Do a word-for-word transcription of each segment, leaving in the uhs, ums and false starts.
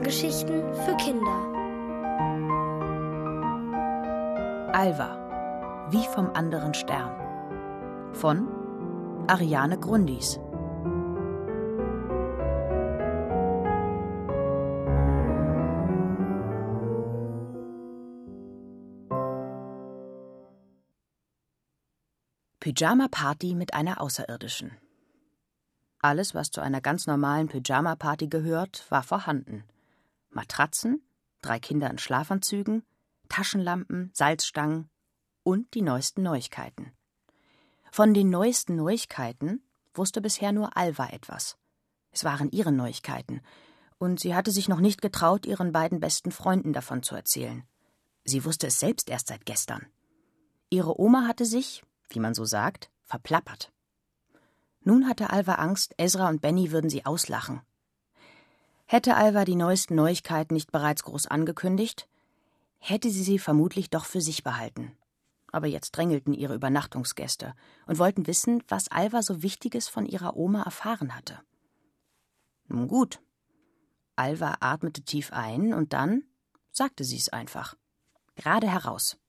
Hörgeschichten für Kinder. Alva, wie vom anderen Stern. Von Ariane Grundis. Pyjama-Party mit einer Außerirdischen. Alles, was zu einer ganz normalen Pyjama-Party gehört, war vorhanden. Matratzen, drei Kinder in Schlafanzügen, Taschenlampen, Salzstangen und die neuesten Neuigkeiten. Von den neuesten Neuigkeiten wusste bisher nur Alva etwas. Es waren ihre Neuigkeiten, und sie hatte sich noch nicht getraut, ihren beiden besten Freunden davon zu erzählen. Sie wusste es selbst erst seit gestern. Ihre Oma hatte sich, wie man so sagt, verplappert. Nun hatte Alva Angst, Ezra und Benny würden sie auslachen. Hätte Alva die neuesten Neuigkeiten nicht bereits groß angekündigt, hätte sie sie vermutlich doch für sich behalten. Aber jetzt drängelten ihre Übernachtungsgäste und wollten wissen, was Alva so Wichtiges von ihrer Oma erfahren hatte. Nun gut. Alva atmete tief ein und dann sagte sie es einfach. Gerade heraus.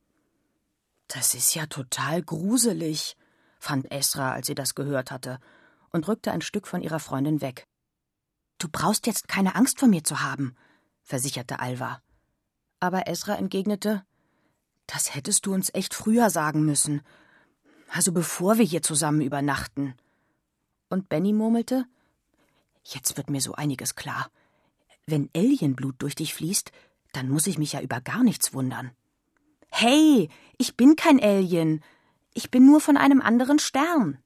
»Das ist ja total gruselig«, fand Ezra, als sie das gehört hatte, und rückte ein Stück von ihrer Freundin weg. »Du brauchst jetzt keine Angst vor mir zu haben«, versicherte Alva. Aber Ezra entgegnete, »Das hättest du uns echt früher sagen müssen. Also bevor wir hier zusammen übernachten.« Und Benny murmelte, »Jetzt wird mir so einiges klar. Wenn Alienblut durch dich fließt, dann muss ich mich ja über gar nichts wundern.« »Hey, ich bin kein Alien. Ich bin nur von einem anderen Stern.«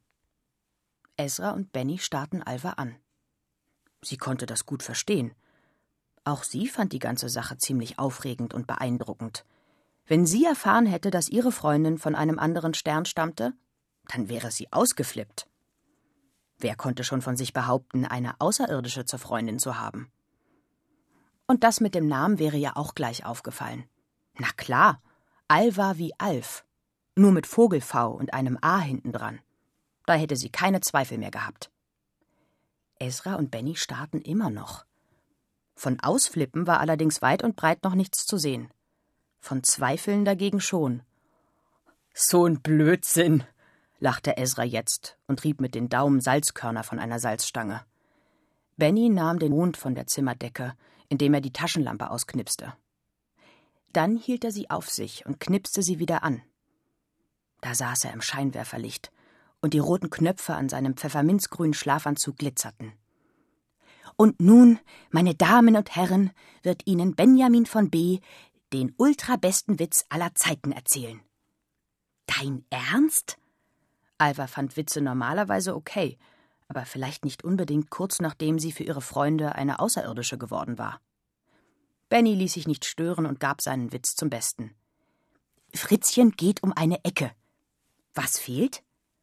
Ezra und Benny starrten Alva an. Sie konnte das gut verstehen. Auch sie fand die ganze Sache ziemlich aufregend und beeindruckend. Wenn sie erfahren hätte, dass ihre Freundin von einem anderen Stern stammte, dann wäre sie ausgeflippt. Wer konnte schon von sich behaupten, eine Außerirdische zur Freundin zu haben? Und das mit dem Namen wäre ja auch gleich aufgefallen. Na klar, Alva wie Alf. Nur mit Vogel-V und einem A hintendran. Da hätte sie keine Zweifel mehr gehabt. Ezra und Benny starrten immer noch. Von Ausflippen war allerdings weit und breit noch nichts zu sehen. Von Zweifeln dagegen schon. »So ein Blödsinn«, lachte Ezra jetzt und rieb mit den Daumen Salzkörner von einer Salzstange. Benny nahm den Mond von der Zimmerdecke, indem er die Taschenlampe ausknipste. Dann hielt er sie auf sich und knipste sie wieder an. Da saß er im Scheinwerferlicht, und die roten Knöpfe an seinem pfefferminzgrünen Schlafanzug glitzerten. »Und nun, meine Damen und Herren, wird Ihnen Benjamin von B. den ultrabesten Witz aller Zeiten erzählen.« »Dein Ernst?« Alva fand Witze normalerweise okay, aber vielleicht nicht unbedingt kurz nachdem sie für ihre Freunde eine Außerirdische geworden war. Benny ließ sich nicht stören und gab seinen Witz zum Besten. »Fritzchen geht um eine Ecke. Was fehlt?«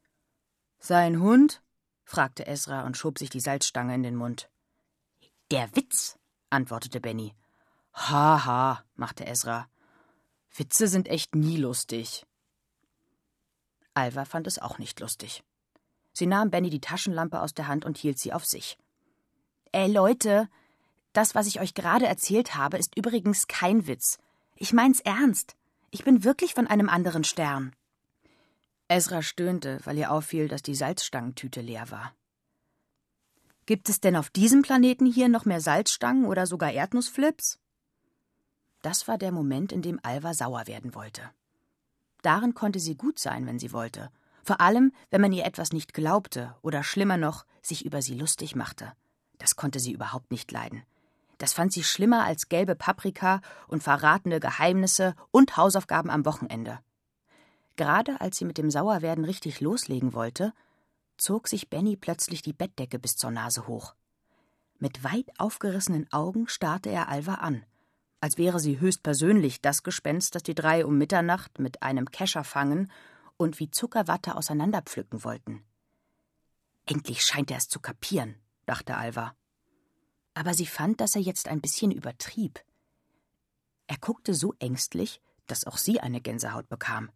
»Sein Hund?« fragte Ezra und schob sich die Salzstange in den Mund. »Der Witz«, antwortete Benny. »Ha, ha«, machte Ezra. »Witze sind echt nie lustig.« Alva fand es auch nicht lustig. Sie nahm Benny die Taschenlampe aus der Hand und hielt sie auf sich. »Ey, Leute, das, was ich euch gerade erzählt habe, ist übrigens kein Witz. Ich mein's ernst. Ich bin wirklich von einem anderen Stern.« Ezra stöhnte, weil ihr auffiel, dass die Salzstangentüte leer war. »Gibt es denn auf diesem Planeten hier noch mehr Salzstangen oder sogar Erdnussflips?« Das war der Moment, in dem Alva sauer werden wollte. Darin konnte sie gut sein, wenn sie wollte. Vor allem, wenn man ihr etwas nicht glaubte oder schlimmer noch, sich über sie lustig machte. Das konnte sie überhaupt nicht leiden. Das fand sie schlimmer als gelbe Paprika und verratene Geheimnisse und Hausaufgaben am Wochenende. Gerade als sie mit dem Sauerwerden richtig loslegen wollte, zog sich Benny plötzlich die Bettdecke bis zur Nase hoch. Mit weit aufgerissenen Augen starrte er Alva an, als wäre sie höchstpersönlich das Gespenst, das die drei um Mitternacht mit einem Kescher fangen und wie Zuckerwatte auseinanderpflücken wollten. »Endlich scheint er es zu kapieren«, dachte Alva. Aber sie fand, dass er jetzt ein bisschen übertrieb. Er guckte so ängstlich, dass auch sie eine Gänsehaut bekam.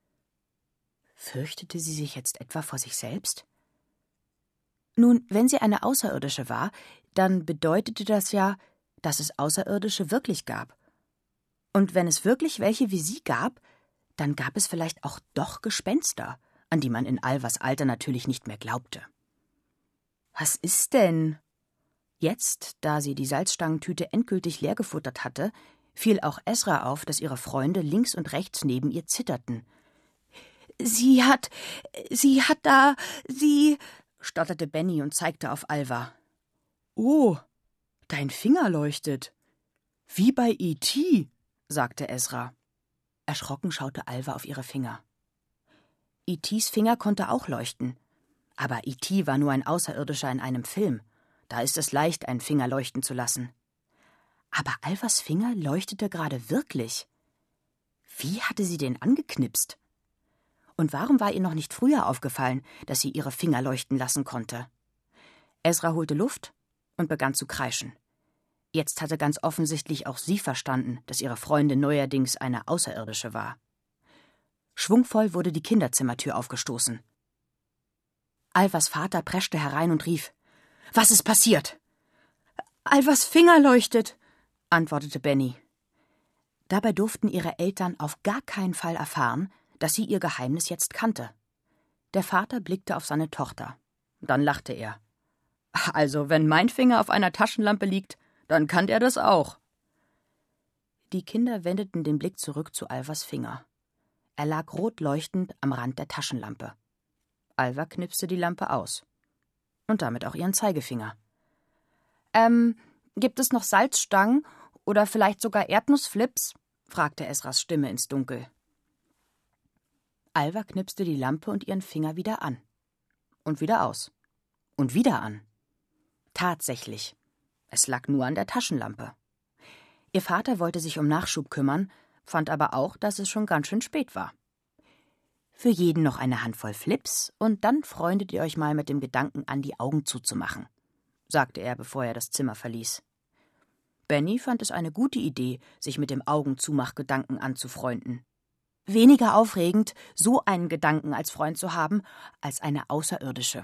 Fürchtete sie sich jetzt etwa vor sich selbst? Nun, wenn sie eine Außerirdische war, dann bedeutete das ja, dass es Außerirdische wirklich gab. Und wenn es wirklich welche wie sie gab, dann gab es vielleicht auch doch Gespenster, an die man in Alvas Alter natürlich nicht mehr glaubte. »Was ist denn?« Jetzt, da sie die Salzstangentüte endgültig leer gefuttert hatte, fiel auch Ezra auf, dass ihre Freunde links und rechts neben ihr zitterten. »Sie hat, sie hat da, sie«, stotterte Benny und zeigte auf Alva. »Oh, dein Finger leuchtet. Wie bei E T«, sagte Ezra. Erschrocken schaute Alva auf ihre Finger. E Ts Finger konnte auch leuchten. Aber E T war nur ein Außerirdischer in einem Film. Da ist es leicht, einen Finger leuchten zu lassen. Aber Alvas Finger leuchtete gerade wirklich. Wie hatte sie den angeknipst? Und warum war ihr noch nicht früher aufgefallen, dass sie ihre Finger leuchten lassen konnte? Ezra holte Luft und begann zu kreischen. Jetzt hatte ganz offensichtlich auch sie verstanden, dass ihre Freundin neuerdings eine Außerirdische war. Schwungvoll wurde die Kinderzimmertür aufgestoßen. Alvas Vater preschte herein und rief: »Was ist passiert?« »Alvas Finger leuchtet«, antwortete Benny. Dabei durften ihre Eltern auf gar keinen Fall erfahren, dass sie ihr Geheimnis jetzt kannte. Der Vater blickte auf seine Tochter. Dann lachte er. »Also, wenn mein Finger auf einer Taschenlampe liegt, dann kann er das auch.« Die Kinder wendeten den Blick zurück zu Alvas Finger. Er lag rot leuchtend am Rand der Taschenlampe. Alva knipste die Lampe aus. Und damit auch ihren Zeigefinger. »Ähm, gibt es noch Salzstangen oder vielleicht sogar Erdnussflips?« fragte Ezras Stimme ins Dunkel. Alva knipste die Lampe und ihren Finger wieder an. Und wieder aus. Und wieder an. Tatsächlich. Es lag nur an der Taschenlampe. Ihr Vater wollte sich um Nachschub kümmern, fand aber auch, dass es schon ganz schön spät war. »Für jeden noch eine Handvoll Flips, und dann freundet ihr euch mal mit dem Gedanken an, die Augen zuzumachen«, sagte er, bevor er das Zimmer verließ. Benny fand es eine gute Idee, sich mit dem Augenzumachgedanken anzufreunden. Weniger aufregend, so einen Gedanken als Freund zu haben, als eine Außerirdische.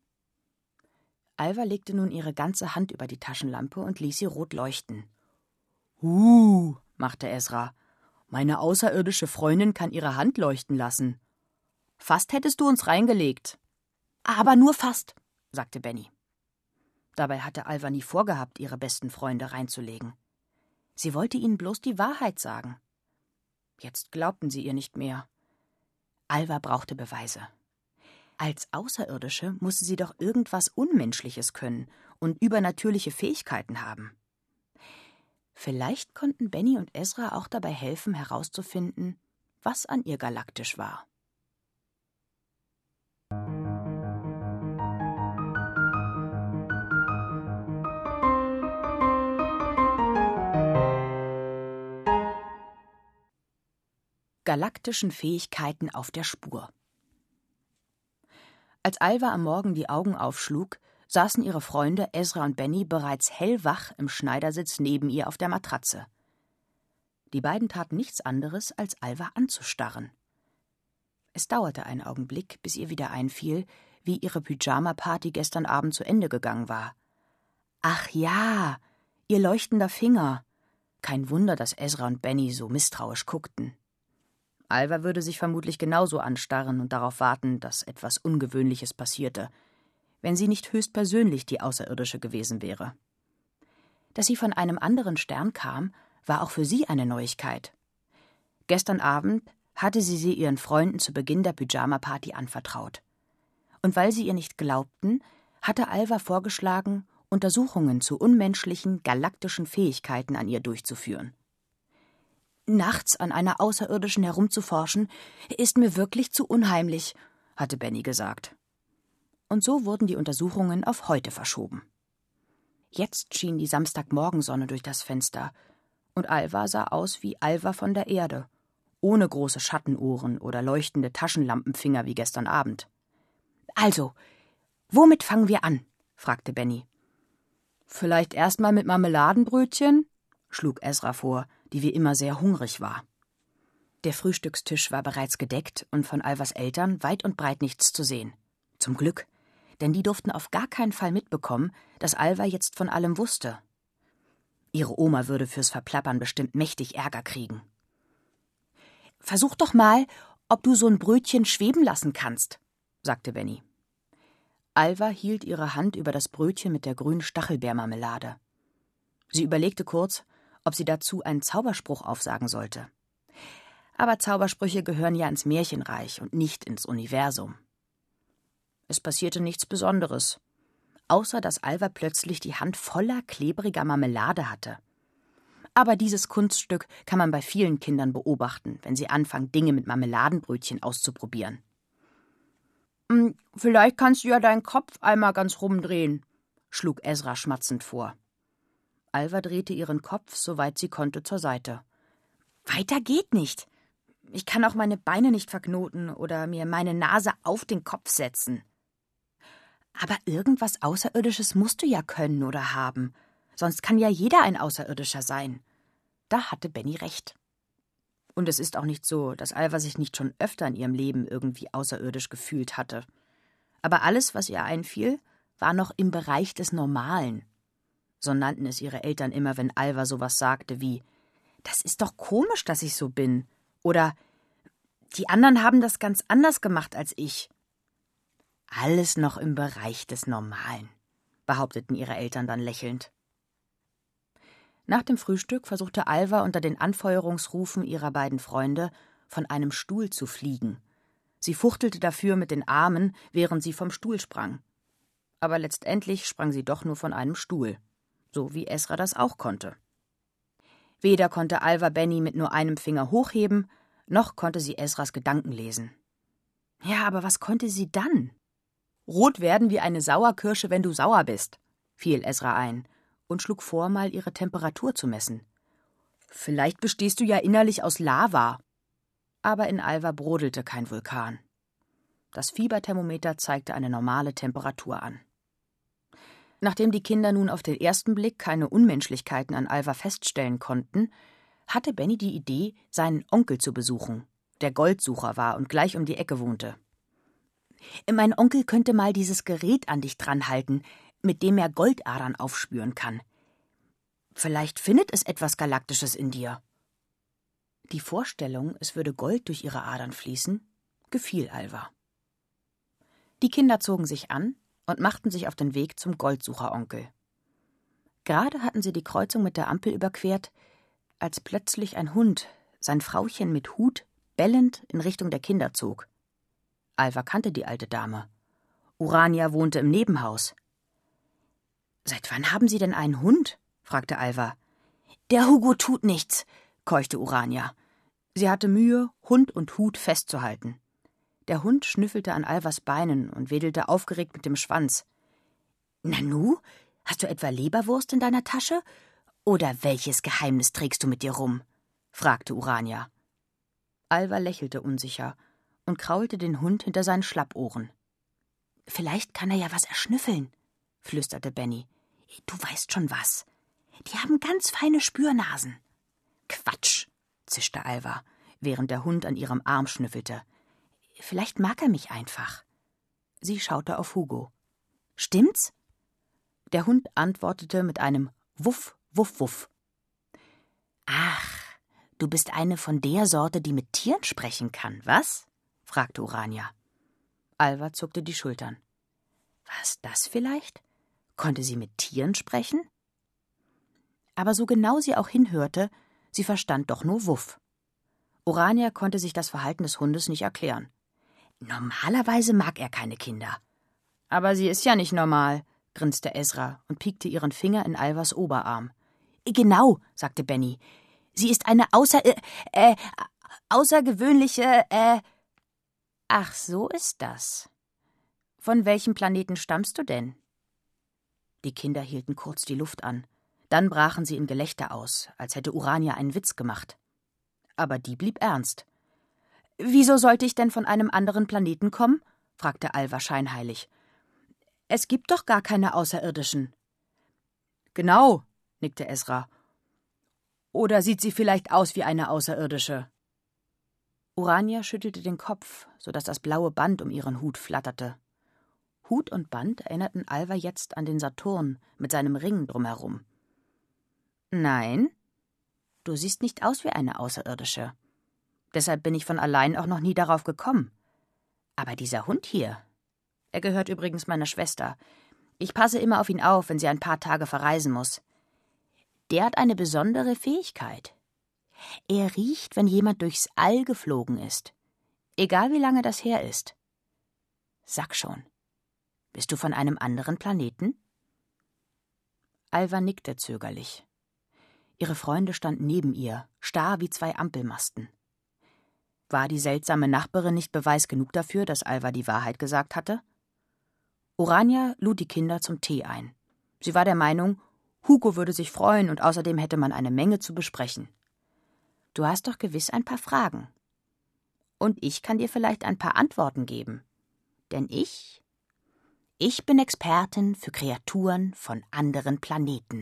Alva legte nun ihre ganze Hand über die Taschenlampe und ließ sie rot leuchten. »Uh«, machte Ezra, »meine außerirdische Freundin kann ihre Hand leuchten lassen. Fast hättest du uns reingelegt.« »Aber nur fast«, sagte Benny. Dabei hatte Alva nie vorgehabt, ihre besten Freunde reinzulegen. Sie wollte ihnen bloß die Wahrheit sagen. Jetzt glaubten sie ihr nicht mehr. Alva brauchte Beweise. Als Außerirdische musste sie doch irgendwas Unmenschliches können und übernatürliche Fähigkeiten haben. Vielleicht konnten Benny und Ezra auch dabei helfen, herauszufinden, was an ihr galaktisch war. Galaktischen Fähigkeiten auf der Spur. Als Alva am Morgen die Augen aufschlug, saßen ihre Freunde Ezra und Benny bereits hellwach im Schneidersitz neben ihr auf der Matratze. Die beiden taten nichts anderes, als Alva anzustarren. Es dauerte einen Augenblick, bis ihr wieder einfiel, wie ihre Pyjama-Party gestern Abend zu Ende gegangen war. Ach ja, ihr leuchtender Finger. Kein Wunder, dass Ezra und Benny so misstrauisch guckten. Alva würde sich vermutlich genauso anstarren und darauf warten, dass etwas Ungewöhnliches passierte, wenn sie nicht höchstpersönlich die Außerirdische gewesen wäre. Dass sie von einem anderen Stern kam, war auch für sie eine Neuigkeit. Gestern Abend hatte sie sie ihren Freunden zu Beginn der Pyjama-Party anvertraut. Und weil sie ihr nicht glaubten, hatte Alva vorgeschlagen, Untersuchungen zu unmenschlichen, galaktischen Fähigkeiten an ihr durchzuführen. »Nachts an einer Außerirdischen herumzuforschen, ist mir wirklich zu unheimlich«, hatte Benny gesagt. Und so wurden die Untersuchungen auf heute verschoben. Jetzt schien die Samstagmorgensonne durch das Fenster, und Alva sah aus wie Alva von der Erde, ohne große Schattenohren oder leuchtende Taschenlampenfinger wie gestern Abend. »Also, womit fangen wir an?«, fragte Benny. »Vielleicht erst mal mit Marmeladenbrötchen?«, schlug Ezra vor, die wie immer sehr hungrig war. Der Frühstückstisch war bereits gedeckt und von Alvas Eltern weit und breit nichts zu sehen. Zum Glück, denn die durften auf gar keinen Fall mitbekommen, dass Alva jetzt von allem wusste. Ihre Oma würde fürs Verplappern bestimmt mächtig Ärger kriegen. »Versuch doch mal, ob du so ein Brötchen schweben lassen kannst«, sagte Benny. Alva hielt ihre Hand über das Brötchen mit der grünen Stachelbeermarmelade. Sie überlegte kurz, ob sie dazu einen Zauberspruch aufsagen sollte. Aber Zaubersprüche gehören ja ins Märchenreich und nicht ins Universum. Es passierte nichts Besonderes, außer dass Alva plötzlich die Hand voller klebriger Marmelade hatte. Aber dieses Kunststück kann man bei vielen Kindern beobachten, wenn sie anfangen, Dinge mit Marmeladenbrötchen auszuprobieren. »Vielleicht kannst du ja deinen Kopf einmal ganz rumdrehen«, schlug Ezra schmatzend vor. Alva drehte ihren Kopf, soweit sie konnte, zur Seite. »Weiter geht nicht. Ich kann auch meine Beine nicht verknoten oder mir meine Nase auf den Kopf setzen.« »Aber irgendwas Außerirdisches musst du ja können oder haben. Sonst kann ja jeder ein Außerirdischer sein.« Da hatte Benny recht. Und es ist auch nicht so, dass Alva sich nicht schon öfter in ihrem Leben irgendwie außerirdisch gefühlt hatte. Aber alles, was ihr einfiel, war noch im Bereich des Normalen. So nannten es ihre Eltern immer, wenn Alva sowas sagte wie: »Das ist doch komisch, dass ich so bin.« Oder »Die anderen haben das ganz anders gemacht als ich.« Alles noch im Bereich des Normalen, behaupteten ihre Eltern dann lächelnd. Nach dem Frühstück versuchte Alva unter den Anfeuerungsrufen ihrer beiden Freunde, von einem Stuhl zu fliegen. Sie fuchtelte dafür mit den Armen, während sie vom Stuhl sprang. Aber letztendlich sprang sie doch nur von einem Stuhl, so wie Ezra das auch konnte. Weder konnte Alva Benny mit nur einem Finger hochheben, noch konnte sie Ezras Gedanken lesen. Ja, aber was konnte sie dann? »Rot werden wie eine Sauerkirsche, wenn du sauer bist«, fiel Ezra ein und schlug vor, mal ihre Temperatur zu messen. »Vielleicht bestehst du ja innerlich aus Lava.« Aber in Alva brodelte kein Vulkan. Das Fieberthermometer zeigte eine normale Temperatur an. Nachdem die Kinder nun auf den ersten Blick keine Unmenschlichkeiten an Alva feststellen konnten, hatte Benny die Idee, seinen Onkel zu besuchen, der Goldsucher war und gleich um die Ecke wohnte. »Mein Onkel könnte mal dieses Gerät an dich dranhalten, mit dem er Goldadern aufspüren kann. Vielleicht findet es etwas Galaktisches in dir.« Die Vorstellung, es würde Gold durch ihre Adern fließen, gefiel Alva. Die Kinder zogen sich an und machten sich auf den Weg zum Goldsucheronkel. Gerade hatten sie die Kreuzung mit der Ampel überquert, als plötzlich ein Hund, sein Frauchen mit Hut, bellend in Richtung der Kinder zog. Alva kannte die alte Dame. Urania wohnte im Nebenhaus. »Seit wann haben Sie denn einen Hund?« fragte Alva. »Der Hugo tut nichts«, keuchte Urania. Sie hatte Mühe, Hund und Hut festzuhalten. Der Hund schnüffelte an Alvas Beinen und wedelte aufgeregt mit dem Schwanz. »Nanu, hast du etwa Leberwurst in deiner Tasche? Oder welches Geheimnis trägst du mit dir rum?« fragte Urania. Alva lächelte unsicher und kraulte den Hund hinter seinen Schlappohren. »Vielleicht kann er ja was erschnüffeln«, flüsterte Benny. »Du weißt schon was. Die haben ganz feine Spürnasen.« »Quatsch«, zischte Alva, während der Hund an ihrem Arm schnüffelte. »Vielleicht mag er mich einfach.« Sie schaute auf Hugo. »Stimmt's?« Der Hund antwortete mit einem Wuff, Wuff, Wuff. »Ach, du bist eine von der Sorte, die mit Tieren sprechen kann, was?« fragte Urania. Alva zuckte die Schultern. »Was, das vielleicht? Konnte sie mit Tieren sprechen?« Aber so genau sie auch hinhörte, sie verstand doch nur Wuff. Urania konnte sich das Verhalten des Hundes nicht erklären. »Normalerweise mag er keine Kinder.« »Aber sie ist ja nicht normal«, grinste Ezra und piekte ihren Finger in Alvas Oberarm. »Genau«, sagte Benny. »Sie ist eine außer... äh, äh außergewöhnliche... äh...« »Ach, so ist das. Von welchem Planeten stammst du denn?« Die Kinder hielten kurz die Luft an. Dann brachen sie in Gelächter aus, als hätte Urania einen Witz gemacht. Aber die blieb ernst. »Wieso sollte ich denn von einem anderen Planeten kommen?« fragte Alva scheinheilig. »Es gibt doch gar keine Außerirdischen.« »Genau«, nickte Ezra. »Oder sieht sie vielleicht aus wie eine Außerirdische?« Urania schüttelte den Kopf, so dass das blaue Band um ihren Hut flatterte. Hut und Band erinnerten Alva jetzt an den Saturn mit seinem Ring drumherum. Nein, du siehst nicht aus wie eine Außerirdische. Deshalb bin ich von allein auch noch nie darauf gekommen. Aber dieser Hund hier, er gehört übrigens meiner Schwester. Ich passe immer auf ihn auf, wenn sie ein paar Tage verreisen muss. Der hat eine besondere Fähigkeit. Er riecht, wenn jemand durchs All geflogen ist. Egal wie lange das her ist. Sag schon, bist du von einem anderen Planeten? Alva nickte zögerlich. Ihre Freunde standen neben ihr, starr wie zwei Ampelmasten. War die seltsame Nachbarin nicht Beweis genug dafür, dass Alva die Wahrheit gesagt hatte? Urania lud die Kinder zum Tee ein. Sie war der Meinung, Hugo würde sich freuen und außerdem hätte man eine Menge zu besprechen. Du hast doch gewiss ein paar Fragen. Und ich kann dir vielleicht ein paar Antworten geben. Denn ich, ich bin Expertin für Kreaturen von anderen Planeten.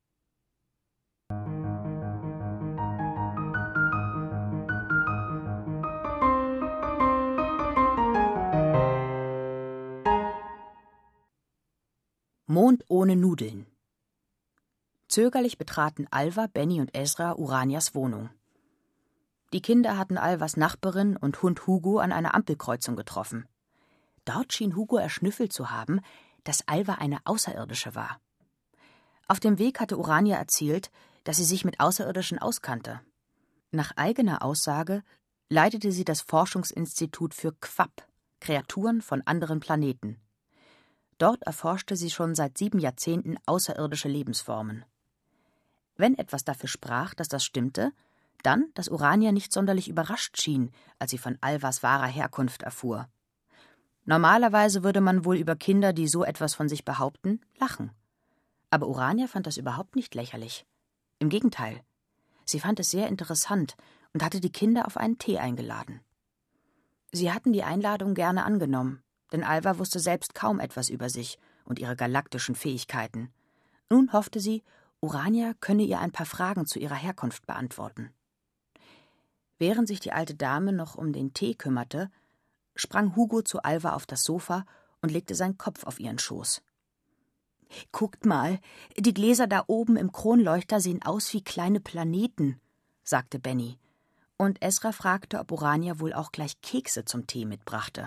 Mond ohne Nudeln. Zögerlich betraten Alva, Benny und Ezra Uranias Wohnung. Die Kinder hatten Alvas Nachbarin und Hund Hugo an einer Ampelkreuzung getroffen. Dort schien Hugo erschnüffelt zu haben, dass Alva eine Außerirdische war. Auf dem Weg hatte Urania erzählt, dass sie sich mit Außerirdischen auskannte. Nach eigener Aussage leitete sie das Forschungsinstitut für Quapp, Kreaturen von anderen Planeten. Dort erforschte sie schon seit sieben Jahrzehnten außerirdische Lebensformen. Wenn etwas dafür sprach, dass das stimmte, dann, dass Urania nicht sonderlich überrascht schien, als sie von Alvas wahrer Herkunft erfuhr. Normalerweise würde man wohl über Kinder, die so etwas von sich behaupten, lachen. Aber Urania fand das überhaupt nicht lächerlich. Im Gegenteil. Sie fand es sehr interessant und hatte die Kinder auf einen Tee eingeladen. Sie hatten die Einladung gerne angenommen, denn Alva wusste selbst kaum etwas über sich und ihre galaktischen Fähigkeiten. Nun hoffte sie, Urania könne ihr ein paar Fragen zu ihrer Herkunft beantworten. Während sich die alte Dame noch um den Tee kümmerte, sprang Hugo zu Alva auf das Sofa und legte seinen Kopf auf ihren Schoß. »Guckt mal, die Gläser da oben im Kronleuchter sehen aus wie kleine Planeten«, sagte Benny. Und Ezra fragte, ob Urania wohl auch gleich Kekse zum Tee mitbrachte.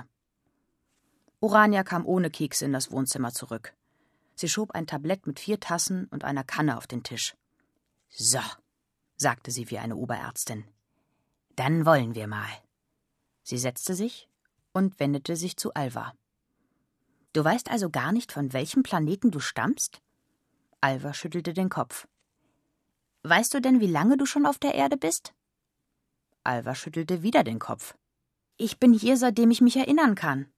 Urania kam ohne Kekse in das Wohnzimmer zurück. Sie schob ein Tablett mit vier Tassen und einer Kanne auf den Tisch. »So«, sagte sie wie eine Oberärztin. »Dann wollen wir mal.« Sie setzte sich und wendete sich zu Alva. »Du weißt also gar nicht, von welchem Planeten du stammst?« Alva schüttelte den Kopf. »Weißt du denn, wie lange du schon auf der Erde bist?« Alva schüttelte wieder den Kopf. »Ich bin hier, seitdem ich mich erinnern kann.«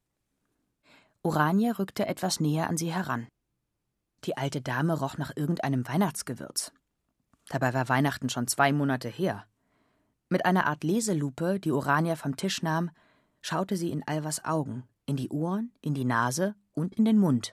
Urania rückte etwas näher an sie heran. Die alte Dame roch nach irgendeinem Weihnachtsgewürz. Dabei war Weihnachten schon zwei Monate her. Mit einer Art Leselupe, die Urania vom Tisch nahm, schaute sie in Alvas Augen, in die Ohren, in die Nase und in den Mund.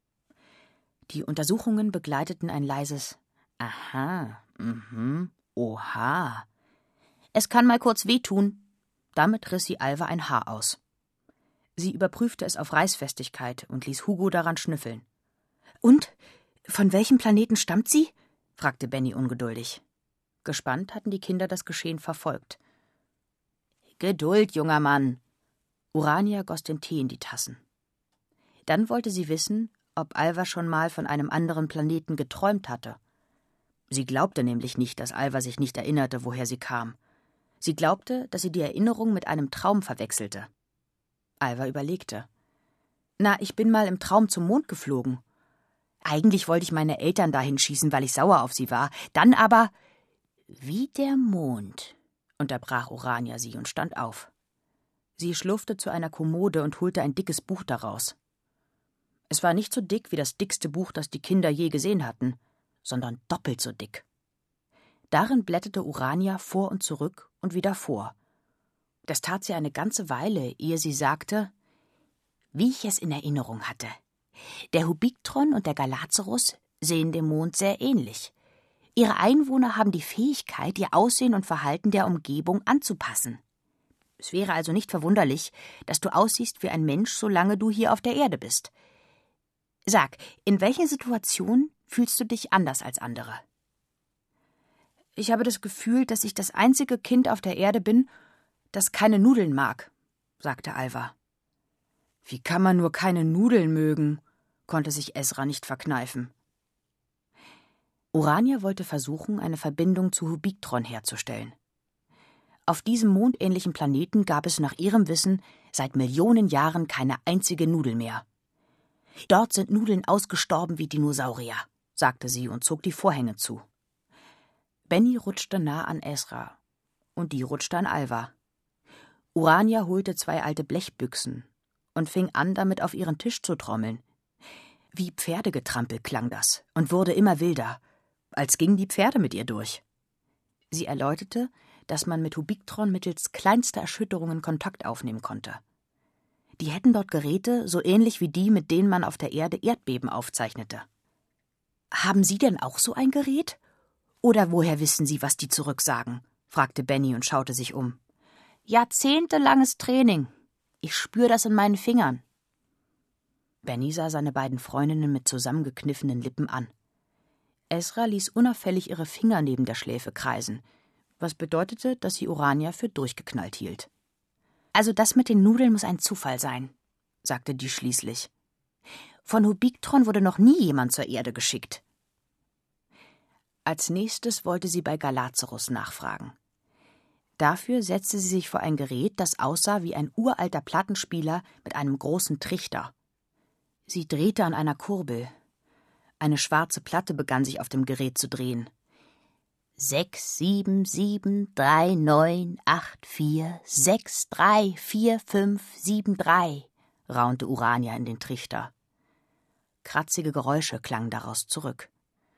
Die Untersuchungen begleiteten ein leises »Aha, mhm, oha«. »Es kann mal kurz wehtun.« Damit riss sie Alva ein Haar aus. Sie überprüfte es auf Reißfestigkeit und ließ Hugo daran schnüffeln. »Und? Von welchem Planeten stammt sie?« fragte Benny ungeduldig. Gespannt hatten die Kinder das Geschehen verfolgt. »Geduld, junger Mann!« Urania goss den Tee in die Tassen. Dann wollte sie wissen, ob Alva schon mal von einem anderen Planeten geträumt hatte. Sie glaubte nämlich nicht, dass Alva sich nicht erinnerte, woher sie kam. Sie glaubte, dass sie die Erinnerung mit einem Traum verwechselte. Alva überlegte. »Na, ich bin mal im Traum zum Mond geflogen. Eigentlich wollte ich meine Eltern dahin schießen, weil ich sauer auf sie war. Dann aber...« »Wie der Mond«, unterbrach Urania sie und stand auf. Sie schlurfte zu einer Kommode und holte ein dickes Buch daraus. Es war nicht so dick wie das dickste Buch, das die Kinder je gesehen hatten, sondern doppelt so dick. Darin blätterte Urania vor und zurück und wieder vor. Das tat sie eine ganze Weile, ehe sie sagte, »Wie ich es in Erinnerung hatte. Der Hubiktron und der Galazarus sehen dem Mond sehr ähnlich. Ihre Einwohner haben die Fähigkeit, ihr Aussehen und Verhalten der Umgebung anzupassen. Es wäre also nicht verwunderlich, dass du aussiehst wie ein Mensch, solange du hier auf der Erde bist. Sag, in welchen Situationen fühlst du dich anders als andere?« Ich habe das Gefühl, dass ich das einzige Kind auf der Erde bin, das keine Nudeln mag, sagte Alva. Wie kann man nur keine Nudeln mögen, konnte sich Ezra nicht verkneifen. Urania wollte versuchen, eine Verbindung zu Hubictron herzustellen. Auf diesem mondähnlichen Planeten gab es nach ihrem Wissen seit Millionen Jahren keine einzige Nudel mehr. Dort sind Nudeln ausgestorben wie Dinosaurier, sagte sie und zog die Vorhänge zu. Benny rutschte nah an Ezra und die rutschte an Alva. Urania holte zwei alte Blechbüchsen und fing an, damit auf ihren Tisch zu trommeln. Wie Pferdegetrampel klang das und wurde immer wilder, als gingen die Pferde mit ihr durch. Sie erläuterte, dass man mit Hubictron mittels kleinster Erschütterungen Kontakt aufnehmen konnte. Die hätten dort Geräte, so ähnlich wie die, mit denen man auf der Erde Erdbeben aufzeichnete. »Haben Sie denn auch so ein Gerät? Oder woher wissen Sie, was die zurücksagen?« fragte Benny und schaute sich um. »Jahrzehntelanges Training. Ich spüre das in meinen Fingern.« Benny sah seine beiden Freundinnen mit zusammengekniffenen Lippen an. Ezra ließ unauffällig ihre Finger neben der Schläfe kreisen, was bedeutete, dass sie Urania für durchgeknallt hielt. »Also das mit den Nudeln muss ein Zufall sein«, sagte die schließlich. »Von Hubictron wurde noch nie jemand zur Erde geschickt.« Als nächstes wollte sie bei Galazarus nachfragen. Dafür setzte sie sich vor ein Gerät, das aussah wie ein uralter Plattenspieler mit einem großen Trichter. Sie drehte an einer Kurbel. Eine schwarze Platte begann sich auf dem Gerät zu drehen. Sechs, sieben, sieben, drei, neun, acht, vier, sechs, drei, vier, fünf, sieben, drei, raunte Urania in den Trichter. Kratzige Geräusche klangen daraus zurück.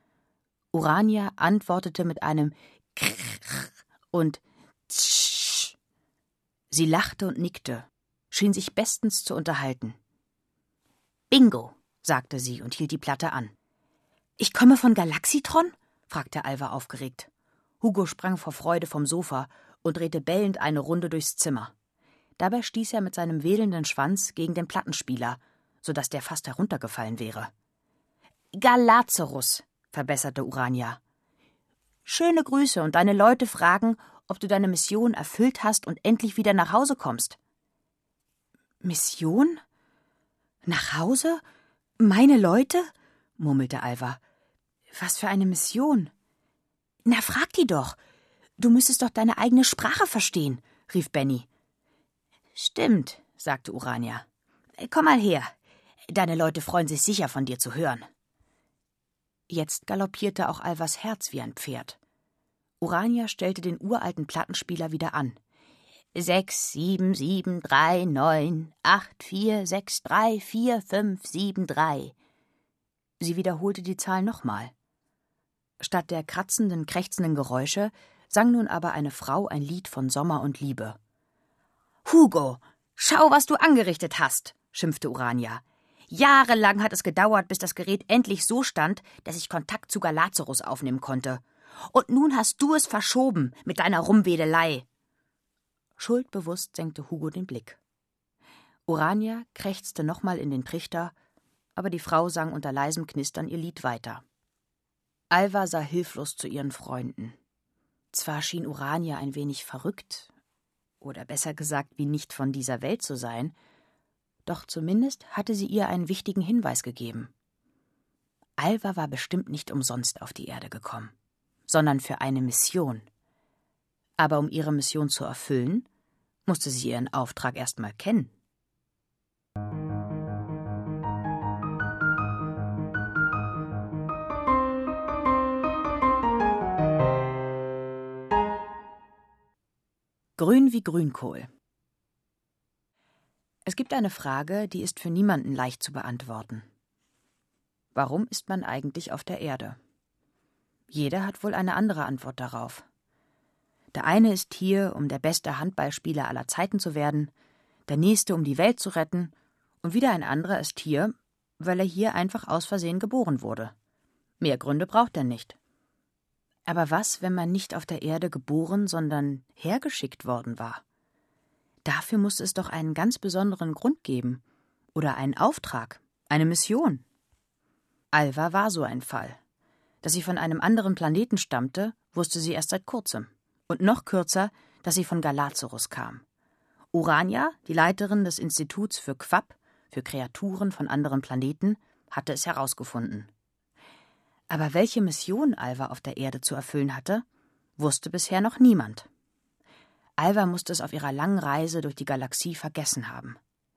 Urania antwortete mit einem Krrrr und Tsch. Sie lachte und nickte, schien sich bestens zu unterhalten. »Bingo«, sagte sie und hielt die Platte an. »Ich komme von Galaxitron?« fragte Alva aufgeregt. Hugo sprang vor Freude vom Sofa und drehte bellend eine Runde durchs Zimmer. Dabei stieß er mit seinem wedelnden Schwanz gegen den Plattenspieler, so dass der fast heruntergefallen wäre. »Galazarus«, verbesserte Urania. »Schöne Grüße und deine Leute fragen, ob du deine Mission erfüllt hast und endlich wieder nach Hause kommst.« »Mission? Nach Hause? Meine Leute?« murmelte Alva. »Was für eine Mission?« »Na, frag die doch. Du müsstest doch deine eigene Sprache verstehen«, rief Benny. »Stimmt«, sagte Urania. »Komm mal her. Deine Leute freuen sich sicher, von dir zu hören.« Jetzt galoppierte auch Alvas Herz wie ein Pferd. Urania stellte den uralten Plattenspieler wieder an. Sechs, sieben, sieben, drei, neun, acht, vier, sechs, drei, vier, fünf, sieben, drei. Sie wiederholte die Zahl nochmal. Statt der kratzenden, krächzenden Geräusche sang nun aber eine Frau ein Lied von Sommer und Liebe. »Hugo, schau, was du angerichtet hast«, schimpfte Urania. »Jahrelang hat es gedauert, bis das Gerät endlich so stand, dass ich Kontakt zu Galazarus aufnehmen konnte. Und nun hast du es verschoben mit deiner Rumwedelei.« Schuldbewusst senkte Hugo den Blick. Urania krächzte nochmal in den Trichter, aber die Frau sang unter leisem Knistern ihr Lied weiter. Alva sah hilflos zu ihren Freunden. Zwar schien Urania ein wenig verrückt, oder besser gesagt, wie nicht von dieser Welt zu sein, doch zumindest hatte sie ihr einen wichtigen Hinweis gegeben. Alva war bestimmt nicht umsonst auf die Erde gekommen, sondern für eine Mission. Aber um ihre Mission zu erfüllen, musste sie ihren Auftrag erst mal kennen. Grün wie Grünkohl. Es gibt eine Frage, die ist für niemanden leicht zu beantworten. Warum ist man eigentlich auf der Erde? Jeder hat wohl eine andere Antwort darauf. Der eine ist hier, um der beste Handballspieler aller Zeiten zu werden, der nächste, um die Welt zu retten, und wieder ein anderer ist hier, weil er hier einfach aus Versehen geboren wurde. Mehr Gründe braucht er nicht. Aber was, wenn man nicht auf der Erde geboren, sondern hergeschickt worden war? Dafür muss es doch einen ganz besonderen Grund geben. Oder einen Auftrag, eine Mission. Alva war so ein Fall. Dass sie von einem anderen Planeten stammte, wusste sie erst seit kurzem. Und noch kürzer, dass sie von Galazarus kam. Urania, die Leiterin des Instituts für Quab, für Kreaturen von anderen Planeten, hatte es herausgefunden. Aber welche Mission Alva auf der Erde zu erfüllen hatte, wusste bisher noch niemand. Alva musste es auf ihrer langen Reise durch die Galaxie vergessen haben.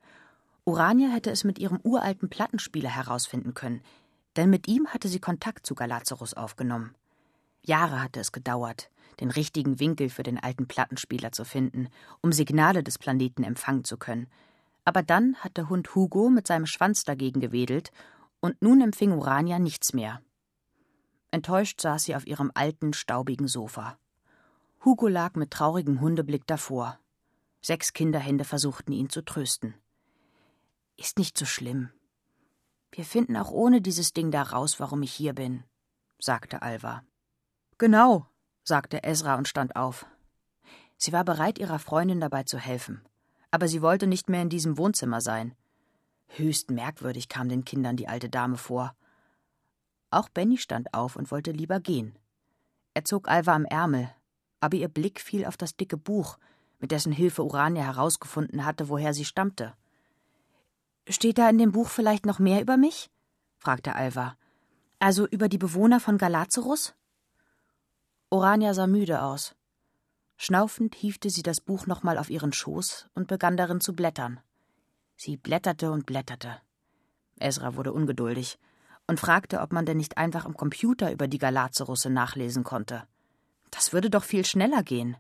Urania hätte es mit ihrem uralten Plattenspieler herausfinden können, denn mit ihm hatte sie Kontakt zu Galazarus aufgenommen. Jahre hatte es gedauert, den richtigen Winkel für den alten Plattenspieler zu finden, um Signale des Planeten empfangen zu können. Aber dann hat der Hund Hugo mit seinem Schwanz dagegen gewedelt, und nun empfing Urania nichts mehr. Enttäuscht saß sie auf ihrem alten, staubigen Sofa. Hugo lag mit traurigem Hundeblick davor. Sechs Kinderhände versuchten, ihn zu trösten. »Ist nicht so schlimm. Wir finden auch ohne dieses Ding da raus, warum ich hier bin«, sagte Alva. »Genau«, sagte Ezra und stand auf. Sie war bereit, ihrer Freundin dabei zu helfen. Aber sie wollte nicht mehr in diesem Wohnzimmer sein. Höchst merkwürdig kam den Kindern die alte Dame vor. Auch Benny stand auf und wollte lieber gehen. Er zog Alva am Ärmel, aber ihr Blick fiel auf das dicke Buch, mit dessen Hilfe Urania herausgefunden hatte, woher sie stammte. »Steht da in dem Buch vielleicht noch mehr über mich?« fragte Alva. »Also über die Bewohner von Galazarus?« Urania sah müde aus. Schnaufend hiefte sie das Buch nochmal auf ihren Schoß und begann darin zu blättern. Sie blätterte und blätterte. Ezra wurde ungeduldig und fragte, ob man denn nicht einfach am Computer über die Galazarusse nachlesen konnte. Das würde doch viel schneller gehen.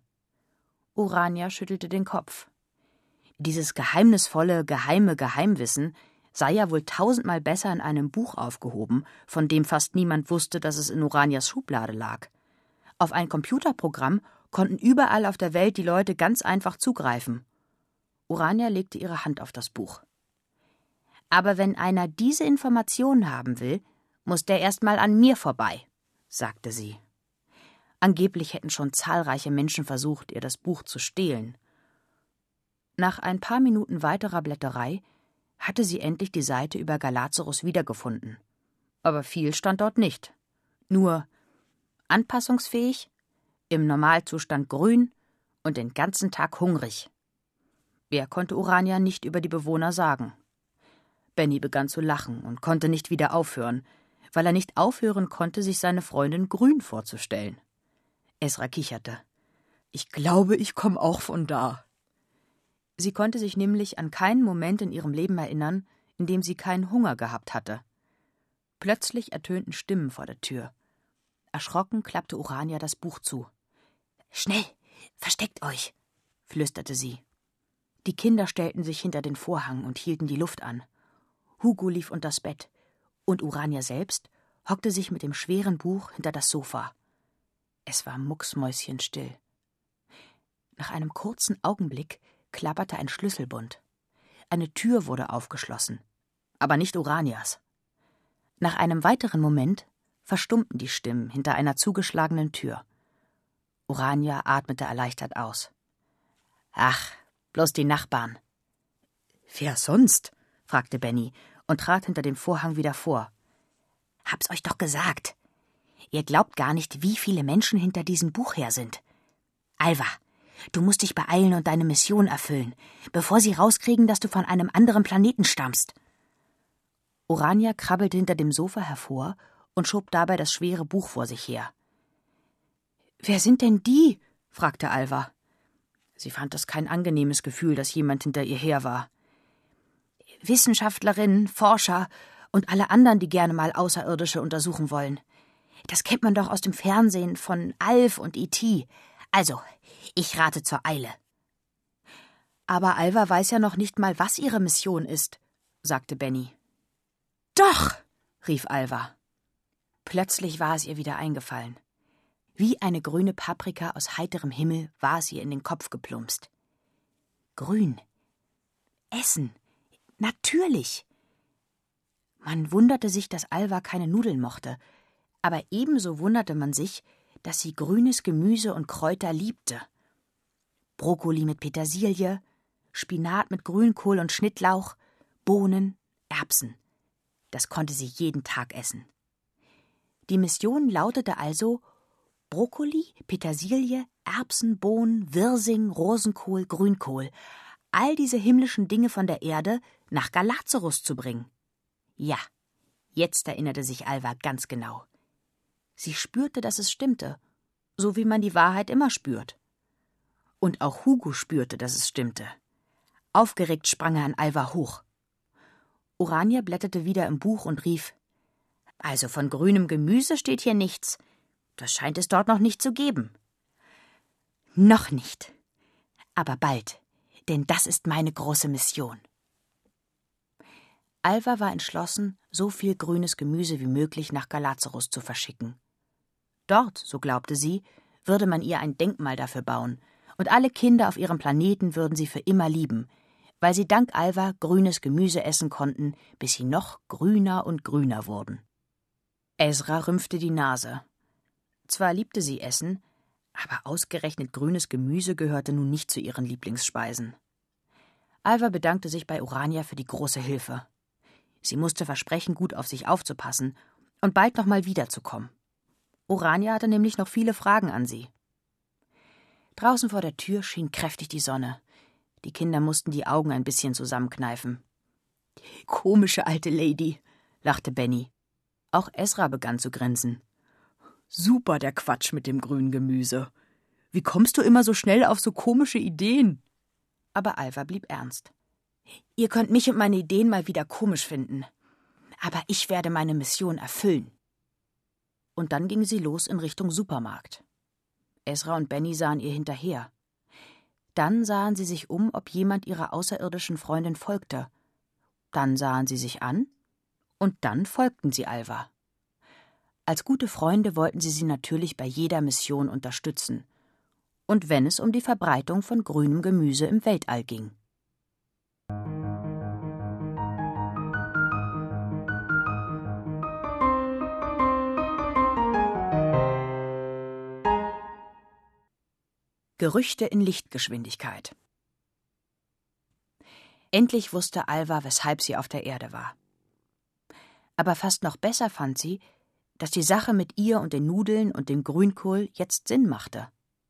Urania schüttelte den Kopf. Dieses geheimnisvolle, geheime Geheimwissen sei ja wohl tausendmal besser in einem Buch aufgehoben, von dem fast niemand wusste, dass es in Uranias Schublade lag. Auf ein Computerprogramm konnten überall auf der Welt die Leute ganz einfach zugreifen. Urania legte ihre Hand auf das Buch. »Aber wenn einer diese Informationen haben will, muss der erst mal an mir vorbei«, sagte sie. Angeblich hätten schon zahlreiche Menschen versucht, ihr das Buch zu stehlen. Nach ein paar Minuten weiterer Blätterei hatte sie endlich die Seite über Galazarus wiedergefunden. Aber viel stand dort nicht. Nur anpassungsfähig, im Normalzustand grün und den ganzen Tag hungrig. Mehr konnte Urania nicht über die Bewohner sagen. Benny begann zu lachen und konnte nicht wieder aufhören, weil er nicht aufhören konnte, sich seine Freundin grün vorzustellen. Ezra kicherte. »Ich glaube, ich komme auch von da.« Sie konnte sich nämlich an keinen Moment in ihrem Leben erinnern, in dem sie keinen Hunger gehabt hatte. Plötzlich ertönten Stimmen vor der Tür. Erschrocken klappte Urania das Buch zu. »Schnell, versteckt euch«, flüsterte sie. Die Kinder stellten sich hinter den Vorhang und hielten die Luft an. Hugo lief unters Bett, und Urania selbst hockte sich mit dem schweren Buch hinter das Sofa. Es war mucksmäuschenstill. Nach einem kurzen Augenblick klapperte ein Schlüsselbund. Eine Tür wurde aufgeschlossen, aber nicht Uranias. Nach einem weiteren Moment verstummten die Stimmen hinter einer zugeschlagenen Tür. Urania atmete erleichtert aus. »Ach, bloß die Nachbarn.« »Wer sonst?« fragte Benny und trat hinter dem Vorhang wieder vor. »Hab's euch doch gesagt. Ihr glaubt gar nicht, wie viele Menschen hinter diesem Buch her sind. Alva, du musst dich beeilen und deine Mission erfüllen, bevor sie rauskriegen, dass du von einem anderen Planeten stammst.« Urania krabbelte hinter dem Sofa hervor und schob dabei das schwere Buch vor sich her. »Wer sind denn die?« fragte Alva. Sie fand es kein angenehmes Gefühl, dass jemand hinter ihr her war. »Wissenschaftlerinnen, Forscher und alle anderen, die gerne mal Außerirdische untersuchen wollen. Das kennt man doch aus dem Fernsehen von Alf und E T Also, ich rate zur Eile.« »Aber Alva weiß ja noch nicht mal, was ihre Mission ist«, sagte Benny. »Doch«, rief Alva. Plötzlich war es ihr wieder eingefallen. Wie eine grüne Paprika aus heiterem Himmel war es ihr in den Kopf geplumpst. Grün. Essen. Natürlich. Man wunderte sich, dass Alva keine Nudeln mochte, aber ebenso wunderte man sich, dass sie grünes Gemüse und Kräuter liebte. Brokkoli mit Petersilie, Spinat mit Grünkohl und Schnittlauch, Bohnen, Erbsen. Das konnte sie jeden Tag essen. Die Mission lautete also: Brokkoli, Petersilie, Erbsen, Bohnen, Wirsing, Rosenkohl, Grünkohl, all diese himmlischen Dinge von der Erde nach Galazarus zu bringen. Ja, jetzt erinnerte sich Alva ganz genau. Sie spürte, dass es stimmte, so wie man die Wahrheit immer spürt. Und auch Hugo spürte, dass es stimmte. Aufgeregt sprang er an Alva hoch. Urania blätterte wieder im Buch und rief: »Also von grünem Gemüse steht hier nichts. Das scheint es dort noch nicht zu geben.« »Noch nicht. Aber bald, denn das ist meine große Mission.« Alva war entschlossen, so viel grünes Gemüse wie möglich nach Galazarus zu verschicken. Dort, so glaubte sie, würde man ihr ein Denkmal dafür bauen, und alle Kinder auf ihrem Planeten würden sie für immer lieben, weil sie dank Alva grünes Gemüse essen konnten, bis sie noch grüner und grüner wurden. Ezra rümpfte die Nase. Zwar liebte sie Essen, aber ausgerechnet grünes Gemüse gehörte nun nicht zu ihren Lieblingsspeisen. Alva bedankte sich bei Urania für die große Hilfe. Sie musste versprechen, gut auf sich aufzupassen und bald noch mal wiederzukommen. Urania hatte nämlich noch viele Fragen an sie. Draußen vor der Tür schien kräftig die Sonne. Die Kinder mussten die Augen ein bisschen zusammenkneifen. »Komische alte Lady«, lachte Benny. Auch Ezra begann zu grinsen. »Super der Quatsch mit dem grünen Gemüse. Wie kommst du immer so schnell auf so komische Ideen?« Aber Alva blieb ernst. »Ihr könnt mich und meine Ideen mal wieder komisch finden. Aber ich werde meine Mission erfüllen.« Und dann ging sie los in Richtung Supermarkt. Ezra und Benny sahen ihr hinterher. Dann sahen sie sich um, ob jemand ihrer außerirdischen Freundin folgte. Dann sahen sie sich an, und dann folgten sie Alva. Als gute Freunde wollten sie sie natürlich bei jeder Mission unterstützen. Und wenn es um die Verbreitung von grünem Gemüse im Weltall ging. Gerüchte in Lichtgeschwindigkeit. Endlich wusste Alva, weshalb sie auf der Erde war. Aber fast noch besser fand sie, dass die Sache mit ihr und den Nudeln und dem Grünkohl jetzt Sinn machte.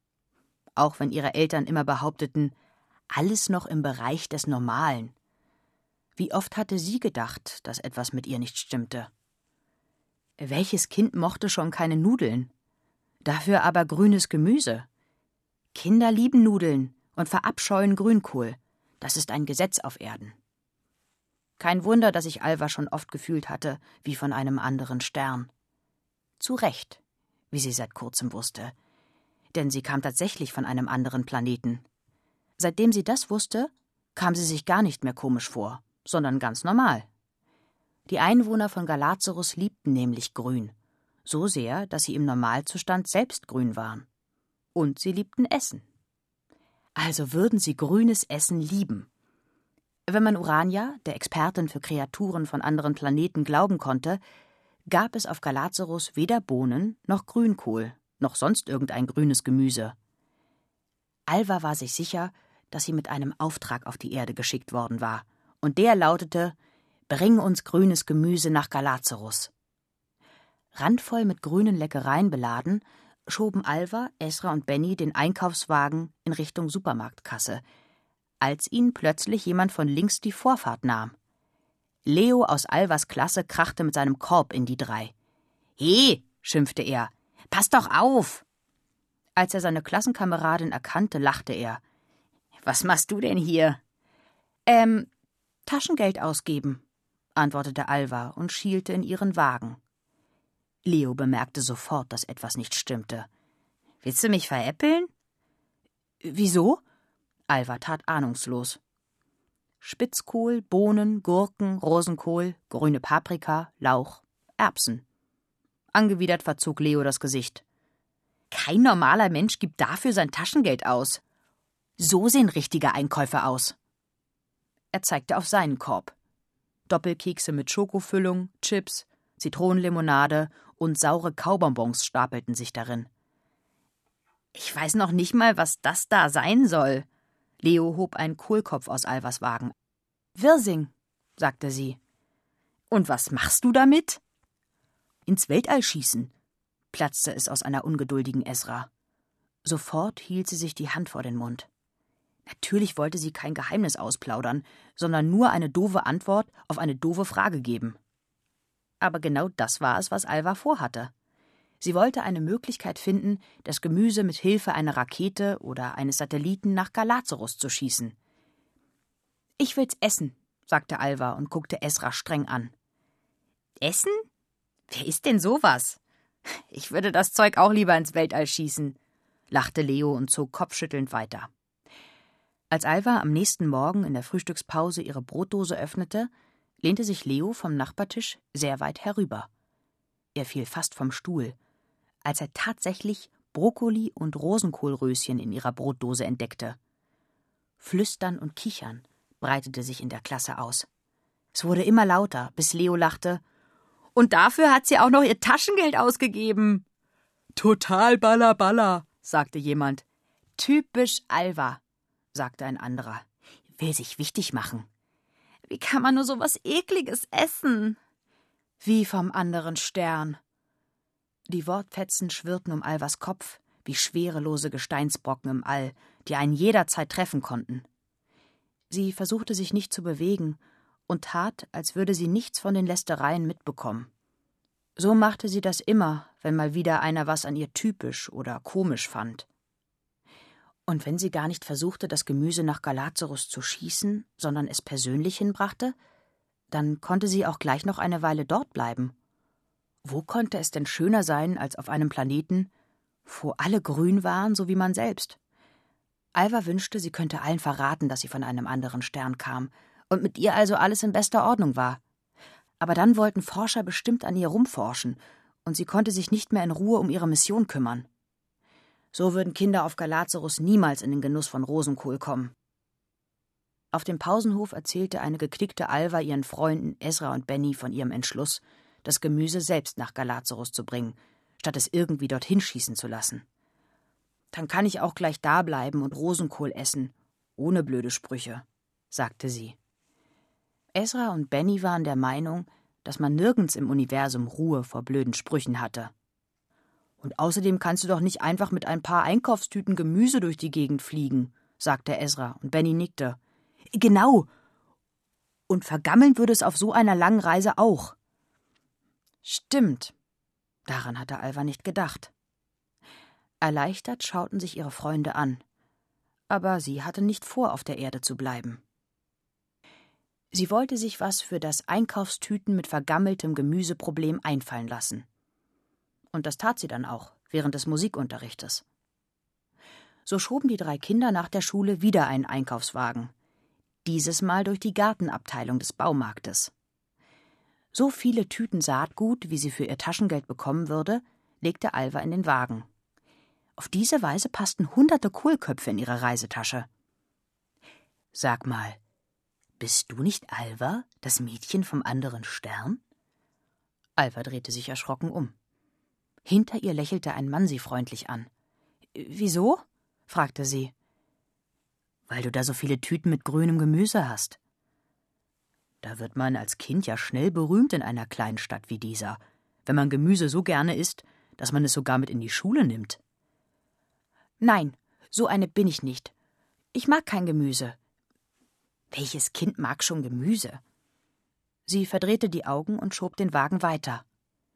Auch wenn ihre Eltern immer behaupteten, alles noch im Bereich des Normalen. Wie oft hatte sie gedacht, dass etwas mit ihr nicht stimmte? Welches Kind mochte schon keine Nudeln? Dafür aber grünes Gemüse. Kinder lieben Nudeln und verabscheuen Grünkohl. Das ist ein Gesetz auf Erden. Kein Wunder, dass sich Alva schon oft gefühlt hatte, wie von einem anderen Stern. Zu Recht, wie sie seit kurzem wusste. Denn sie kam tatsächlich von einem anderen Planeten. Seitdem sie das wusste, kam sie sich gar nicht mehr komisch vor, sondern ganz normal. Die Einwohner von Galazarus liebten nämlich Grün. So sehr, dass sie im Normalzustand selbst grün waren. Und sie liebten Essen. Also würden sie grünes Essen lieben. Wenn man Urania, der Expertin für Kreaturen von anderen Planeten, glauben konnte, gab es auf Galazarus weder Bohnen noch Grünkohl, noch sonst irgendein grünes Gemüse. Alva war sich sicher, dass sie mit einem Auftrag auf die Erde geschickt worden war, und der lautete: »Bring uns grünes Gemüse nach Galazarus.« Randvoll mit grünen Leckereien beladen, schoben Alva, Ezra und Benny den Einkaufswagen in Richtung Supermarktkasse, als ihnen plötzlich jemand von links die Vorfahrt nahm. Leo aus Alvas Klasse krachte mit seinem Korb in die drei. »He«, schimpfte er, »pass doch auf!« Als er seine Klassenkameradin erkannte, lachte er. »Was machst du denn hier?« »Ähm, Taschengeld ausgeben«, antwortete Alva und schielte in ihren Wagen. Leo bemerkte sofort, dass etwas nicht stimmte. »Willst du mich veräppeln?« »Wieso?« Alva tat ahnungslos. Spitzkohl, Bohnen, Gurken, Rosenkohl, grüne Paprika, Lauch, Erbsen. Angewidert verzog Leo das Gesicht. »Kein normaler Mensch gibt dafür sein Taschengeld aus. So sehen richtige Einkäufe aus.« Er zeigte auf seinen Korb. Doppelkekse mit Schokofüllung, Chips, Zitronenlimonade und saure Kaubonbons stapelten sich darin. »Ich weiß noch nicht mal, was das da sein soll.« Leo hob einen Kohlkopf aus Alvas Wagen. »Wirsing«, sagte sie. »Und was machst du damit?« ins Weltall schießen, platzte es aus einer ungeduldigen Ezra. Sofort hielt sie sich die Hand vor den Mund. Natürlich wollte sie kein Geheimnis ausplaudern, sondern nur eine doofe Antwort auf eine doofe Frage geben. Aber genau das war es, was Alva vorhatte. Sie wollte eine Möglichkeit finden, das Gemüse mit Hilfe einer Rakete oder eines Satelliten nach Galazarus zu schießen. »Ich will's essen«, sagte Alva und guckte Ezra streng an. »Essen? Wer isst denn sowas? Ich würde das Zeug auch lieber ins Weltall schießen«, lachte Leo und zog kopfschüttelnd weiter. Als Alva am nächsten Morgen in der Frühstückspause ihre Brotdose öffnete, lehnte sich Leo vom Nachbartisch sehr weit herüber. Er fiel fast vom Stuhl, als er tatsächlich Brokkoli und Rosenkohlröschen in ihrer Brotdose entdeckte. Flüstern und Kichern breitete sich in der Klasse aus. Es wurde immer lauter, bis Leo lachte. »Und dafür hat sie auch noch ihr Taschengeld ausgegeben!« »Total balla balla«, sagte jemand. »Typisch Alva«, sagte ein anderer. »Will sich wichtig machen.« »Wie kann man nur so was Ekliges essen?« »Wie vom anderen Stern.« Die Wortfetzen schwirrten um Alvas Kopf, wie schwerelose Gesteinsbrocken im All, die einen jederzeit treffen konnten. Sie versuchte sich nicht zu bewegen und tat, als würde sie nichts von den Lästereien mitbekommen. So machte sie das immer, wenn mal wieder einer was an ihr typisch oder komisch fand. Und wenn sie gar nicht versuchte, das Gemüse nach Galazarus zu schießen, sondern es persönlich hinbrachte, dann konnte sie auch gleich noch eine Weile dort bleiben. Wo konnte es denn schöner sein als auf einem Planeten, wo alle grün waren, so wie man selbst? Alva wünschte, sie könnte allen verraten, dass sie von einem anderen Stern kam und mit ihr also alles in bester Ordnung war. Aber dann wollten Forscher bestimmt an ihr rumforschen, und sie konnte sich nicht mehr in Ruhe um ihre Mission kümmern. So würden Kinder auf Galazarus niemals in den Genuss von Rosenkohl kommen. Auf dem Pausenhof erzählte eine geknickte Alva ihren Freunden Ezra und Benny von ihrem Entschluss, das Gemüse selbst nach Galazarus zu bringen, statt es irgendwie dorthin schießen zu lassen. »Dann kann ich auch gleich da bleiben und Rosenkohl essen, ohne blöde Sprüche«, sagte sie. Ezra und Benny waren der Meinung, dass man nirgends im Universum Ruhe vor blöden Sprüchen hatte. »Und außerdem kannst du doch nicht einfach mit ein paar Einkaufstüten Gemüse durch die Gegend fliegen«, sagte Ezra, und Benny nickte. »Genau. Und vergammeln würde es auf so einer langen Reise auch.« »Stimmt. Daran hatte Alva nicht gedacht.« Erleichtert schauten sich ihre Freunde an. Aber sie hatte nicht vor, auf der Erde zu bleiben. Sie wollte sich was für das Einkaufstüten mit vergammeltem Gemüseproblem einfallen lassen. Und das tat sie dann auch, während des Musikunterrichtes. So schoben die drei Kinder nach der Schule wieder einen Einkaufswagen. Dieses Mal durch die Gartenabteilung des Baumarktes. So viele Tüten Saatgut, wie sie für ihr Taschengeld bekommen würde, legte Alva in den Wagen. Auf diese Weise passten hunderte Kohlköpfe in ihre Reisetasche. »Sag mal, bist du nicht Alva, das Mädchen vom anderen Stern?« Alva drehte sich erschrocken um. Hinter ihr lächelte ein Mann sie freundlich an. »Wieso?« fragte sie. »Weil du da so viele Tüten mit grünem Gemüse hast. Da wird man als Kind ja schnell berühmt in einer kleinen Stadt wie dieser, wenn man Gemüse so gerne isst, dass man es sogar mit in die Schule nimmt.« »Nein, so eine bin ich nicht. Ich mag kein Gemüse.« »Welches Kind mag schon Gemüse?« Sie verdrehte die Augen und schob den Wagen weiter.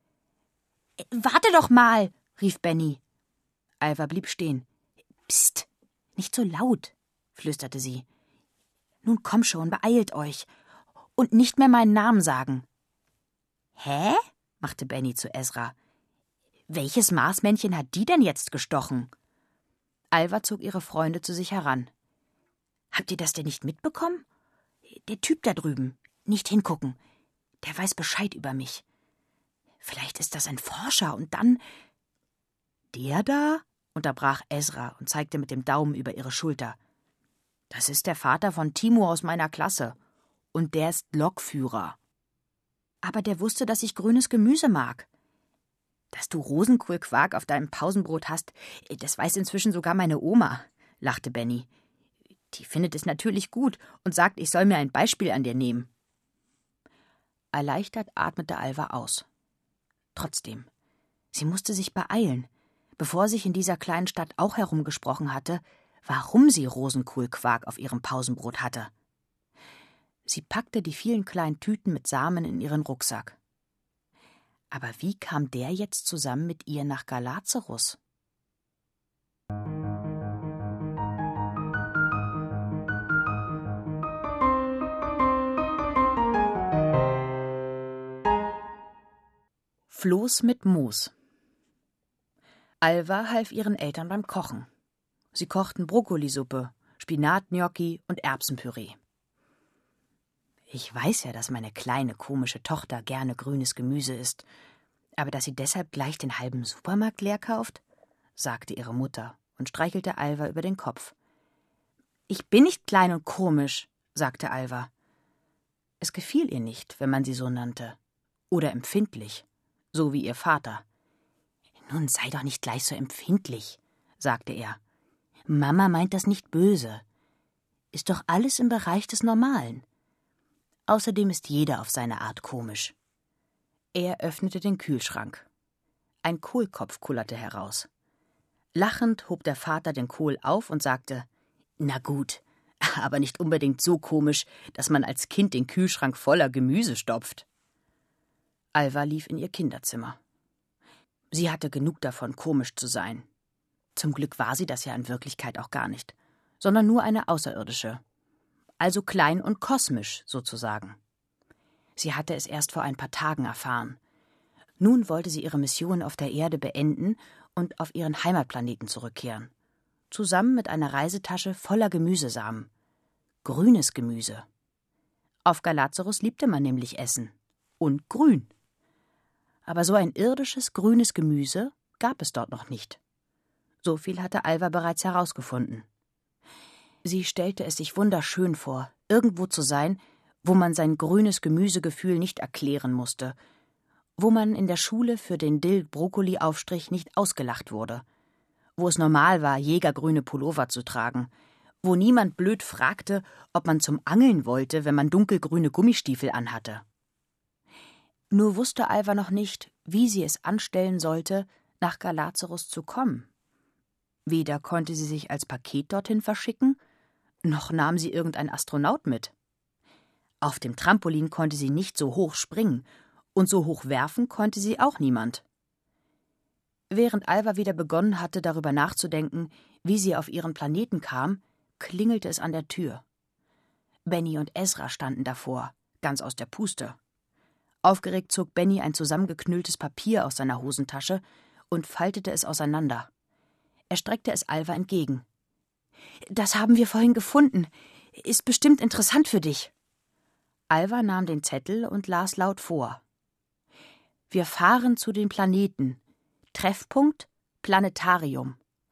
»Warte doch mal«, rief Benny. Alva blieb stehen. »Psst, nicht so laut«, flüsterte sie. »Nun komm schon, beeilt euch. Und nicht mehr meinen Namen sagen.« »Hä?«, machte Benny zu Ezra. »Welches Marsmännchen hat die denn jetzt gestochen?« Alva zog ihre Freunde zu sich heran. »Habt ihr das denn nicht mitbekommen? Der Typ da drüben. Nicht hingucken. Der weiß Bescheid über mich. Vielleicht ist das ein Forscher und dann...« »Der da?«, unterbrach Ezra und zeigte mit dem Daumen über ihre Schulter. »Das ist der Vater von Timo aus meiner Klasse. Und der ist Lokführer.« »Aber der wusste, dass ich grünes Gemüse mag.« »Dass du Rosenkohlquark auf deinem Pausenbrot hast, das weiß inzwischen sogar meine Oma«, lachte Benny. »Die findet es natürlich gut und sagt, ich soll mir ein Beispiel an dir nehmen.« Erleichtert atmete Alva aus. Trotzdem, sie musste sich beeilen, bevor sich in dieser kleinen Stadt auch herumgesprochen hatte, warum sie Rosenkohlquark auf ihrem Pausenbrot hatte. Sie packte die vielen kleinen Tüten mit Samen in ihren Rucksack. Aber wie kam der jetzt zusammen mit ihr nach Galazarus? Floß mit Moos. Alva half ihren Eltern beim Kochen. Sie kochten Brokkolisuppe, Spinatgnocchi und Erbsenpüree. Ich weiß ja, dass meine kleine, komische Tochter gerne grünes Gemüse isst, aber dass sie deshalb gleich den halben Supermarkt leer kauft, sagte ihre Mutter und streichelte Alva über den Kopf. Ich bin nicht klein und komisch, sagte Alva. Es gefiel ihr nicht, wenn man sie so nannte. Oder empfindlich, so wie ihr Vater. Nun sei doch nicht gleich so empfindlich, sagte er. Mama meint das nicht böse. Ist doch alles im Bereich des Normalen. Außerdem ist jeder auf seine Art komisch. Er öffnete den Kühlschrank. Ein Kohlkopf kullerte heraus. Lachend hob der Vater den Kohl auf und sagte, »Na gut, aber nicht unbedingt so komisch, dass man als Kind den Kühlschrank voller Gemüse stopft.« Alva lief in ihr Kinderzimmer. Sie hatte genug davon, komisch zu sein. Zum Glück war sie das ja in Wirklichkeit auch gar nicht, sondern nur eine Außerirdische. Also klein und kosmisch, sozusagen. Sie hatte es erst vor ein paar Tagen erfahren. Nun wollte sie ihre Mission auf der Erde beenden und auf ihren Heimatplaneten zurückkehren. Zusammen mit einer Reisetasche voller Gemüsesamen. Grünes Gemüse. Auf Galazarus liebte man nämlich Essen. Und grün. Aber so ein irdisches, grünes Gemüse gab es dort noch nicht. So viel hatte Alva bereits herausgefunden. Sie stellte es sich wunderschön vor, irgendwo zu sein, wo man sein grünes Gemüsegefühl nicht erklären musste, wo man in der Schule für den Dill-Brokkoli-Aufstrich nicht ausgelacht wurde, wo es normal war, jägergrüne Pullover zu tragen, wo niemand blöd fragte, ob man zum Angeln wollte, wenn man dunkelgrüne Gummistiefel anhatte. Nur wusste Alva noch nicht, wie sie es anstellen sollte, nach Galazarus zu kommen. Weder konnte sie sich als Paket dorthin verschicken, noch nahm sie irgendein Astronaut mit. Auf dem Trampolin konnte sie nicht so hoch springen, und so hoch werfen konnte sie auch niemand. Während Alva wieder begonnen hatte, darüber nachzudenken, wie sie auf ihren Planeten kam, klingelte es an der Tür. Benny und Ezra standen davor, ganz aus der Puste. Aufgeregt zog Benny ein zusammengeknülltes Papier aus seiner Hosentasche und faltete es auseinander. Er streckte es Alva entgegen. »Das haben wir vorhin gefunden. Ist bestimmt interessant für dich.« Alva nahm den Zettel und las laut vor. »Wir fahren zu den Planeten. Treffpunkt Planetarium.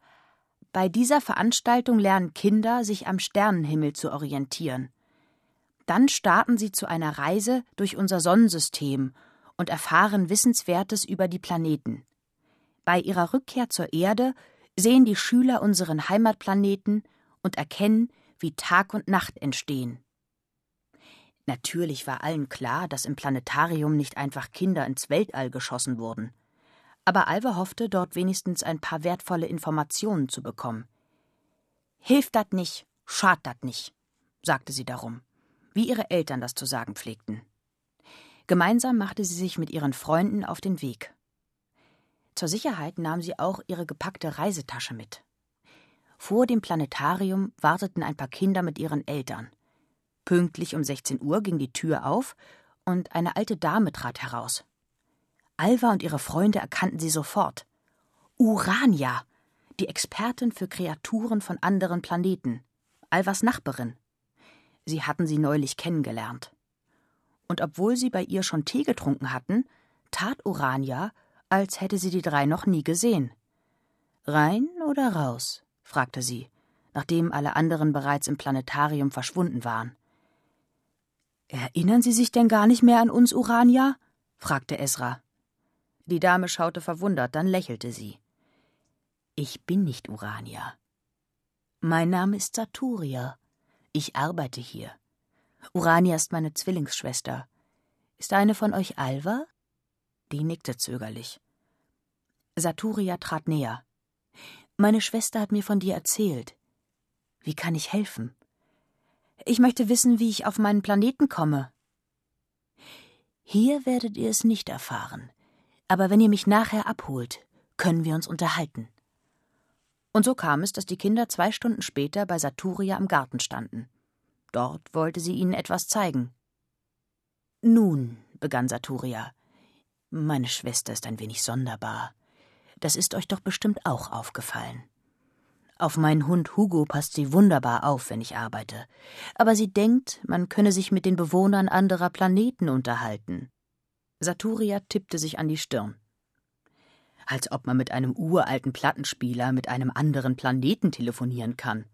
Bei dieser Veranstaltung lernen Kinder, sich am Sternenhimmel zu orientieren. Dann starten sie zu einer Reise durch unser Sonnensystem und erfahren Wissenswertes über die Planeten. Bei ihrer Rückkehr zur Erde sehen die Schüler unseren Heimatplaneten und erkennen, wie Tag und Nacht entstehen.« Natürlich war allen klar, dass im Planetarium nicht einfach Kinder ins Weltall geschossen wurden. Aber Alva hoffte, dort wenigstens ein paar wertvolle Informationen zu bekommen. »Hilft dat nicht, schad dat nicht«, sagte sie darum, wie ihre Eltern das zu sagen pflegten. Gemeinsam machte sie sich mit ihren Freunden auf den Weg. Zur Sicherheit nahm sie auch ihre gepackte Reisetasche mit. Vor dem Planetarium warteten ein paar Kinder mit ihren Eltern. Pünktlich um sechzehn Uhr ging die Tür auf und eine alte Dame trat heraus. Alva und ihre Freunde erkannten sie sofort. Urania, die Expertin für Kreaturen von anderen Planeten, Alvas Nachbarin. Sie hatten sie neulich kennengelernt. Und obwohl sie bei ihr schon Tee getrunken hatten, tat Urania, als hätte sie die drei noch nie gesehen. »Rein oder raus?« fragte sie, nachdem alle anderen bereits im Planetarium verschwunden waren. »Erinnern Sie sich denn gar nicht mehr an uns, Urania?« fragte Ezra. Die Dame schaute verwundert, dann lächelte sie. »Ich bin nicht Urania. Mein Name ist Saturia. Ich arbeite hier. Urania ist meine Zwillingsschwester. Ist eine von euch Alva?« Die nickte zögerlich. Saturia trat näher. »Meine Schwester hat mir von dir erzählt. Wie kann ich helfen? Ich möchte wissen, wie ich auf meinen Planeten komme.« »Hier werdet ihr es nicht erfahren. Aber wenn ihr mich nachher abholt, können wir uns unterhalten.« Und so kam es, dass die Kinder zwei Stunden später bei Saturia im Garten standen. Dort wollte sie ihnen etwas zeigen. »Nun«, begann Saturia, »meine Schwester ist ein wenig sonderbar. Das ist euch doch bestimmt auch aufgefallen. Auf meinen Hund Hugo passt sie wunderbar auf, wenn ich arbeite. Aber sie denkt, man könne sich mit den Bewohnern anderer Planeten unterhalten.« Saturia tippte sich an die Stirn. »Als ob man mit einem uralten Plattenspieler mit einem anderen Planeten telefonieren kann.«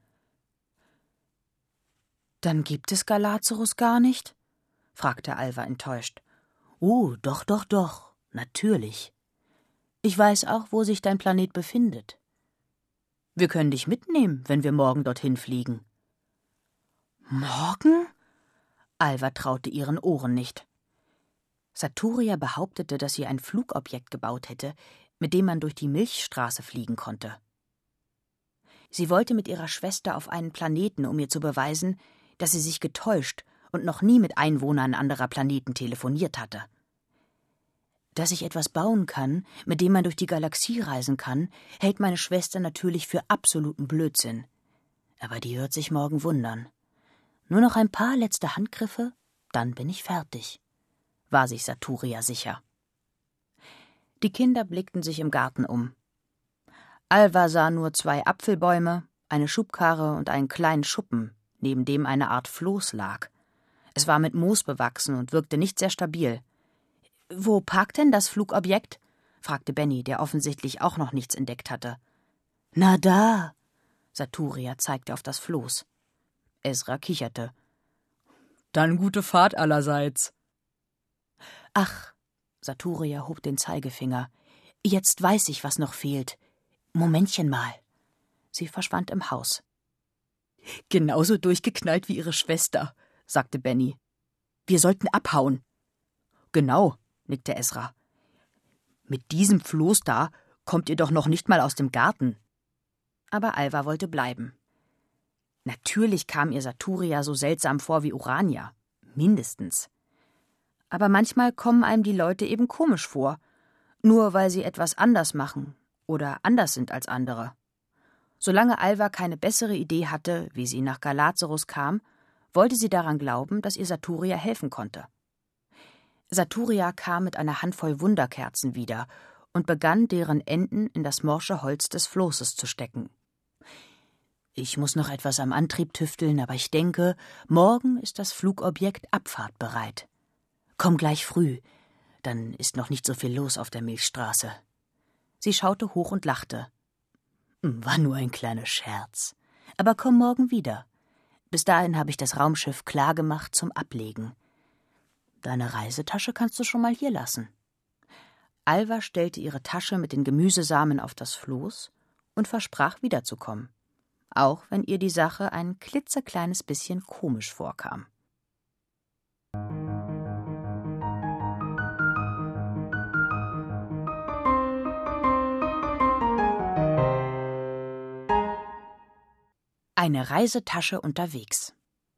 »Dann gibt es Galazarus gar nicht?« fragte Alva enttäuscht. »Oh, doch, doch, doch, natürlich. Ich weiß auch, wo sich dein Planet befindet. Wir können dich mitnehmen, wenn wir morgen dorthin fliegen.« »Morgen?« Alva traute ihren Ohren nicht. Saturia behauptete, dass sie ein Flugobjekt gebaut hätte, mit dem man durch die Milchstraße fliegen konnte. Sie wollte mit ihrer Schwester auf einen Planeten, um ihr zu beweisen, dass sie sich getäuscht und noch nie mit Einwohnern anderer Planeten telefoniert hatte. Dass ich etwas bauen kann, mit dem man durch die Galaxie reisen kann, hält meine Schwester natürlich für absoluten Blödsinn. Aber die wird sich morgen wundern. Nur noch ein paar letzte Handgriffe, dann bin ich fertig, war sich Saturia sicher. Die Kinder blickten sich im Garten um. Alva sah nur zwei Apfelbäume, eine Schubkarre und einen kleinen Schuppen, neben dem eine Art Floß lag. Es war mit Moos bewachsen und wirkte nicht sehr stabil. »Wo parkt denn das Flugobjekt?« fragte Benny, der offensichtlich auch noch nichts entdeckt hatte. »Na da!« Saturia zeigte auf das Floß. Ezra kicherte. »Dann gute Fahrt allerseits.« »Ach«, Saturia hob den Zeigefinger, »jetzt weiß ich, was noch fehlt. Momentchen mal.« Sie verschwand im Haus. »Genauso durchgeknallt wie ihre Schwester«, sagte Benny. »Wir sollten abhauen.« »Genau«, nickte Ezra. »Mit diesem Floß da kommt ihr doch noch nicht mal aus dem Garten.« Aber Alva wollte bleiben. Natürlich kam ihr Saturia so seltsam vor wie Urania. Mindestens. Aber manchmal kommen einem die Leute eben komisch vor, nur weil sie etwas anders machen oder anders sind als andere. Solange Alva keine bessere Idee hatte, wie sie nach Galazarus kam, wollte sie daran glauben, dass ihr Saturia helfen konnte. Saturia kam mit einer Handvoll Wunderkerzen wieder und begann, deren Enden in das morsche Holz des Floßes zu stecken. »Ich muss noch etwas am Antrieb tüfteln, aber ich denke, morgen ist das Flugobjekt abfahrtbereit. Komm gleich früh, dann ist noch nicht so viel los auf der Milchstraße.« Sie schaute hoch und lachte. »War nur ein kleiner Scherz. Aber komm morgen wieder. Bis dahin habe ich das Raumschiff klargemacht zum Ablegen. Deine Reisetasche kannst du schon mal hier lassen.« Alva stellte ihre Tasche mit den Gemüsesamen auf das Floß und versprach, wiederzukommen, auch wenn ihr die Sache ein klitzekleines bisschen komisch vorkam. Eine Reisetasche unterwegs.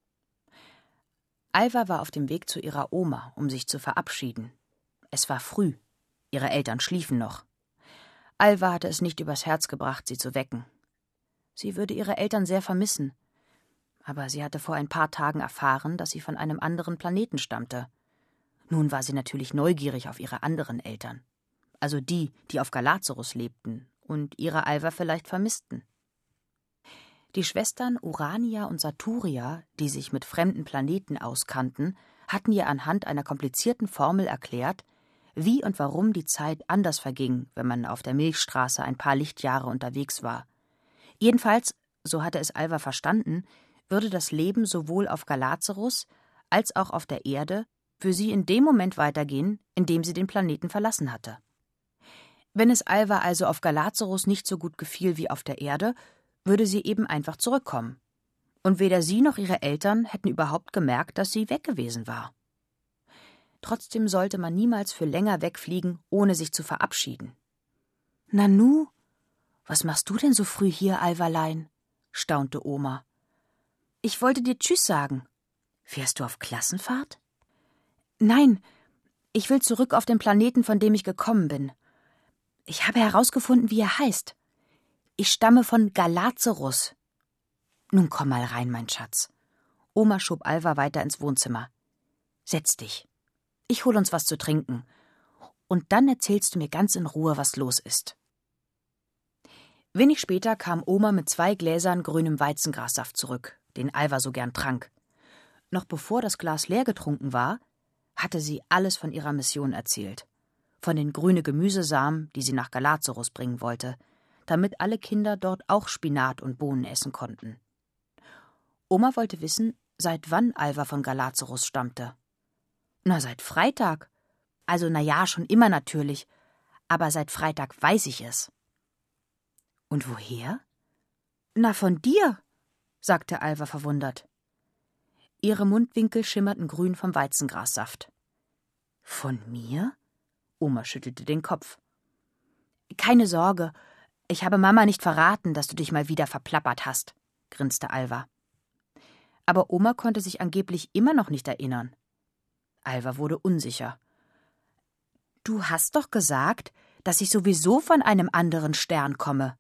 Alva war auf dem Weg zu ihrer Oma, um sich zu verabschieden. Es war früh. Ihre Eltern schliefen noch. Alva hatte es nicht übers Herz gebracht, sie zu wecken. Sie würde ihre Eltern sehr vermissen. Aber sie hatte vor ein paar Tagen erfahren, dass sie von einem anderen Planeten stammte. Nun war sie natürlich neugierig auf ihre anderen Eltern. Also die, die auf Galazarus lebten und ihre Alva vielleicht vermissten. Die Schwestern Urania und Saturia, die sich mit fremden Planeten auskannten, hatten ihr anhand einer komplizierten Formel erklärt, wie und warum die Zeit anders verging, wenn man auf der Milchstraße ein paar Lichtjahre unterwegs war. Jedenfalls, so hatte es Alva verstanden, würde das Leben sowohl auf Galazarus als auch auf der Erde für sie in dem Moment weitergehen, in dem sie den Planeten verlassen hatte. Wenn es Alva also auf Galazarus nicht so gut gefiel wie auf der Erde, würde sie eben einfach zurückkommen. Und weder sie noch ihre Eltern hätten überhaupt gemerkt, dass sie weg gewesen war. Trotzdem sollte man niemals für länger wegfliegen, ohne sich zu verabschieden. »Nanu, was machst du denn so früh hier, Alverlein?« staunte Oma. »Ich wollte dir Tschüss sagen.« »Fährst du auf Klassenfahrt?« »Nein, ich will zurück auf den Planeten, von dem ich gekommen bin. Ich habe herausgefunden, wie er heißt. Ich stamme von Galazarus.« »Nun komm mal rein, mein Schatz.« Oma schob Alva weiter ins Wohnzimmer. »Setz dich. Ich hol uns was zu trinken. Und dann erzählst du mir ganz in Ruhe, was los ist.« Wenig später kam Oma mit zwei Gläsern grünem Weizengrassaft zurück, den Alva so gern trank. Noch bevor das Glas leer getrunken war, hatte sie alles von ihrer Mission erzählt. Von den grünen Gemüsesamen, die sie nach Galazarus bringen wollte, damit alle Kinder dort auch Spinat und Bohnen essen konnten. Oma wollte wissen, seit wann Alva von Galazarus stammte. »Na, seit Freitag. Also, na ja, schon immer natürlich. Aber seit Freitag weiß ich es.« »Und woher?« »Na, von dir«, sagte Alva verwundert. Ihre Mundwinkel schimmerten grün vom Weizengrassaft. »Von mir?« Oma schüttelte den Kopf. »Keine Sorge, ich habe Mama nicht verraten, dass du dich mal wieder verplappert hast«, grinste Alva. Aber Oma konnte sich angeblich immer noch nicht erinnern. Alva wurde unsicher. »Du hast doch gesagt, dass ich sowieso von einem anderen Stern komme.«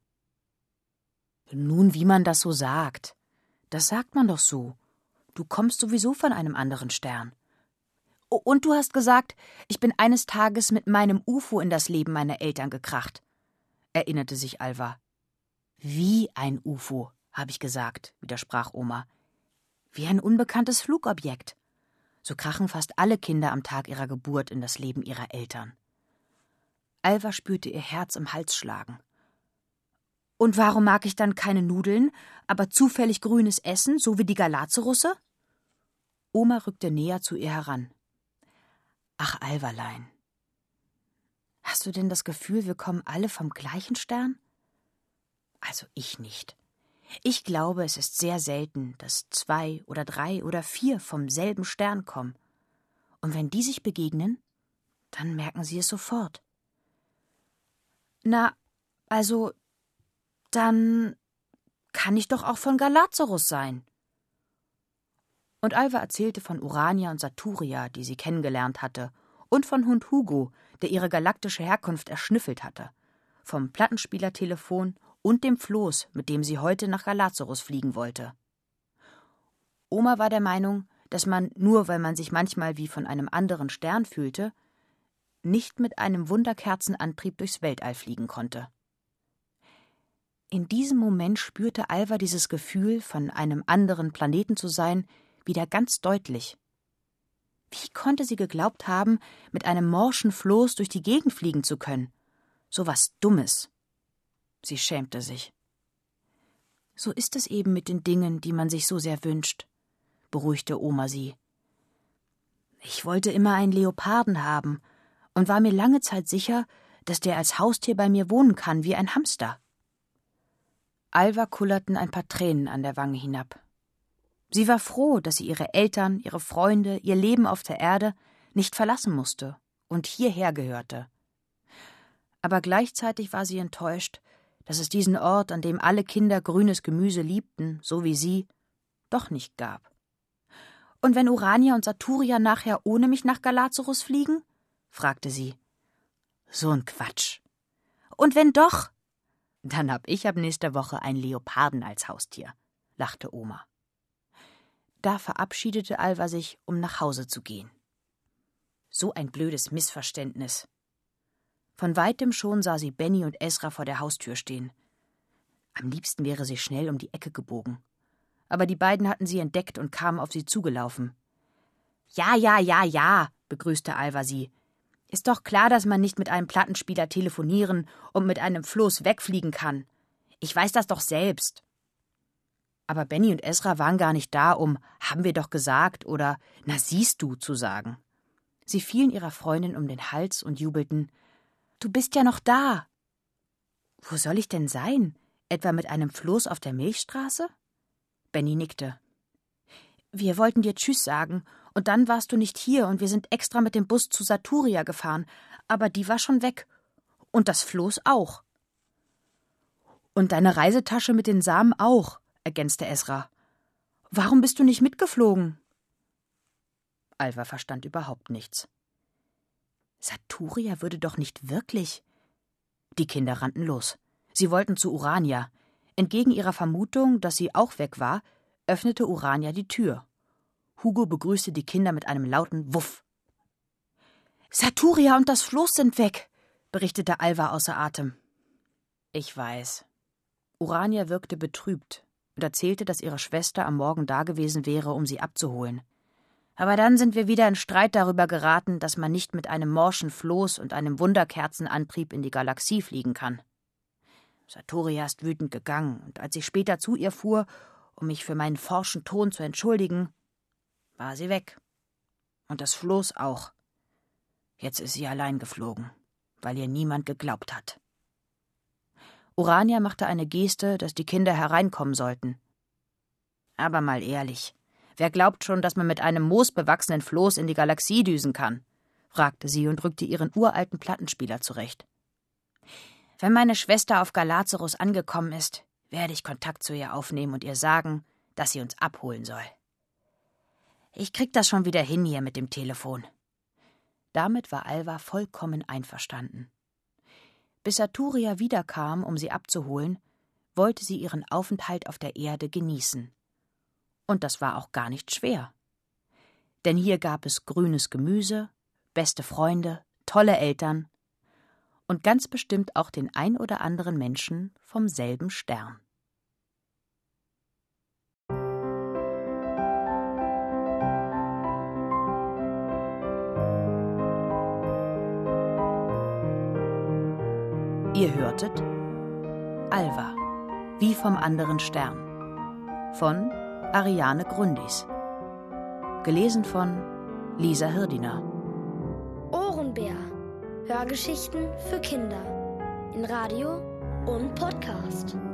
»Nun, wie man das so sagt. Das sagt man doch so. Du kommst sowieso von einem anderen Stern. Und du hast gesagt, ich bin eines Tages mit meinem U F O in das Leben meiner Eltern gekracht«, erinnerte sich Alva. »Wie ein U F O, habe ich gesagt«, widersprach Oma. »Wie ein unbekanntes Flugobjekt. So krachen fast alle Kinder am Tag ihrer Geburt in das Leben ihrer Eltern.« Alva spürte ihr Herz im Hals schlagen. »Und warum mag ich dann keine Nudeln, aber zufällig grünes Essen, so wie die Galazarusse?« Oma rückte näher zu ihr heran. »Ach, Alverlein, hast du denn das Gefühl, wir kommen alle vom gleichen Stern?« »Also ich nicht. Ich glaube, es ist sehr selten, dass zwei oder drei oder vier vom selben Stern kommen. Und wenn die sich begegnen, dann merken sie es sofort.« »Na, also, dann kann ich doch auch von Galazarus sein.« Und Alva erzählte von Urania und Saturia, die sie kennengelernt hatte, und von Hund Hugo, der ihre galaktische Herkunft erschnüffelt hatte, vom Plattenspielertelefon und dem Floß, mit dem sie heute nach Galazarus fliegen wollte. Oma war der Meinung, dass man, nur weil man sich manchmal wie von einem anderen Stern fühlte, nicht mit einem Wunderkerzenantrieb durchs Weltall fliegen konnte. In diesem Moment spürte Alva dieses Gefühl, von einem anderen Planeten zu sein, wieder ganz deutlich. Wie konnte sie geglaubt haben, mit einem morschen Floß durch die Gegend fliegen zu können? So was Dummes. Sie schämte sich. »So ist es eben mit den Dingen, die man sich so sehr wünscht«, beruhigte Oma sie. »Ich wollte immer einen Leoparden haben und war mir lange Zeit sicher, dass der als Haustier bei mir wohnen kann, wie ein Hamster.« Alva kullerten ein paar Tränen an der Wange hinab. Sie war froh, dass sie ihre Eltern, ihre Freunde, ihr Leben auf der Erde nicht verlassen musste und hierher gehörte. Aber gleichzeitig war sie enttäuscht, dass es diesen Ort, an dem alle Kinder grünes Gemüse liebten, so wie sie, doch nicht gab. »Und wenn Urania und Saturia nachher ohne mich nach Galazarus fliegen?« fragte sie. »So ein Quatsch.« »Und wenn doch?« »Dann hab ich ab nächster Woche einen Leoparden als Haustier«, lachte Oma. Da verabschiedete Alva sich, um nach Hause zu gehen. So ein blödes Missverständnis. Von weitem schon sah sie Benny und Ezra vor der Haustür stehen. Am liebsten wäre sie schnell um die Ecke gebogen. Aber die beiden hatten sie entdeckt und kamen auf sie zugelaufen. »Ja, ja, ja, ja«, begrüßte Alva sie. »Ist doch klar, dass man nicht mit einem Plattenspieler telefonieren und mit einem Floß wegfliegen kann. Ich weiß das doch selbst.« Aber Benny und Ezra waren gar nicht da, um »haben wir doch gesagt« oder »na siehst du« zu sagen. Sie fielen ihrer Freundin um den Hals und jubelten. »Du bist ja noch da!« »Wo soll ich denn sein? Etwa mit einem Floß auf der Milchstraße?« Benny nickte. »Wir wollten dir Tschüss sagen Und dann warst du nicht hier und wir sind extra mit dem Bus zu Saturia gefahren. Aber die war schon weg. Und das Floß auch. Und deine Reisetasche mit den Samen auch, ergänzte Ezra. Warum bist du nicht mitgeflogen? Alva verstand überhaupt nichts. Saturia würde doch nicht wirklich. Die Kinder rannten los. Sie wollten zu Urania. Entgegen ihrer Vermutung, dass sie auch weg war, öffnete Urania die Tür. Hugo begrüßte die Kinder mit einem lauten Wuff. Saturia und das Floß sind weg, berichtete Alva außer Atem. Ich weiß. Urania wirkte betrübt und erzählte, dass ihre Schwester am Morgen dagewesen wäre, um sie abzuholen. Aber dann sind wir wieder in Streit darüber geraten, dass man nicht mit einem morschen Floß und einem Wunderkerzenantrieb in die Galaxie fliegen kann. Saturia ist wütend gegangen, und als ich später zu ihr fuhr, um mich für meinen forschen Ton zu entschuldigen, war sie weg. Und das Floß auch. Jetzt ist sie allein geflogen, weil ihr niemand geglaubt hat. Urania machte eine Geste, dass die Kinder hereinkommen sollten. Aber mal ehrlich, wer glaubt schon, dass man mit einem moosbewachsenen Floß in die Galaxie düsen kann? Fragte sie und rückte ihren uralten Plattenspieler zurecht. Wenn meine Schwester auf Galazarus angekommen ist, werde ich Kontakt zu ihr aufnehmen und ihr sagen, dass sie uns abholen soll. Ich krieg das schon wieder hin hier mit dem Telefon. Damit war Alva vollkommen einverstanden. Bis Saturia wiederkam, um sie abzuholen, wollte sie ihren Aufenthalt auf der Erde genießen. Und das war auch gar nicht schwer. Denn hier gab es grünes Gemüse, beste Freunde, tolle Eltern und ganz bestimmt auch den ein oder anderen Menschen vom selben Stern. Ihr hörtet Alva, wie vom anderen Stern von Ariane Grundis. Gelesen von Lisa Hirdiner. Ohrenbär. Hörgeschichten für Kinder. In Radio und Podcast.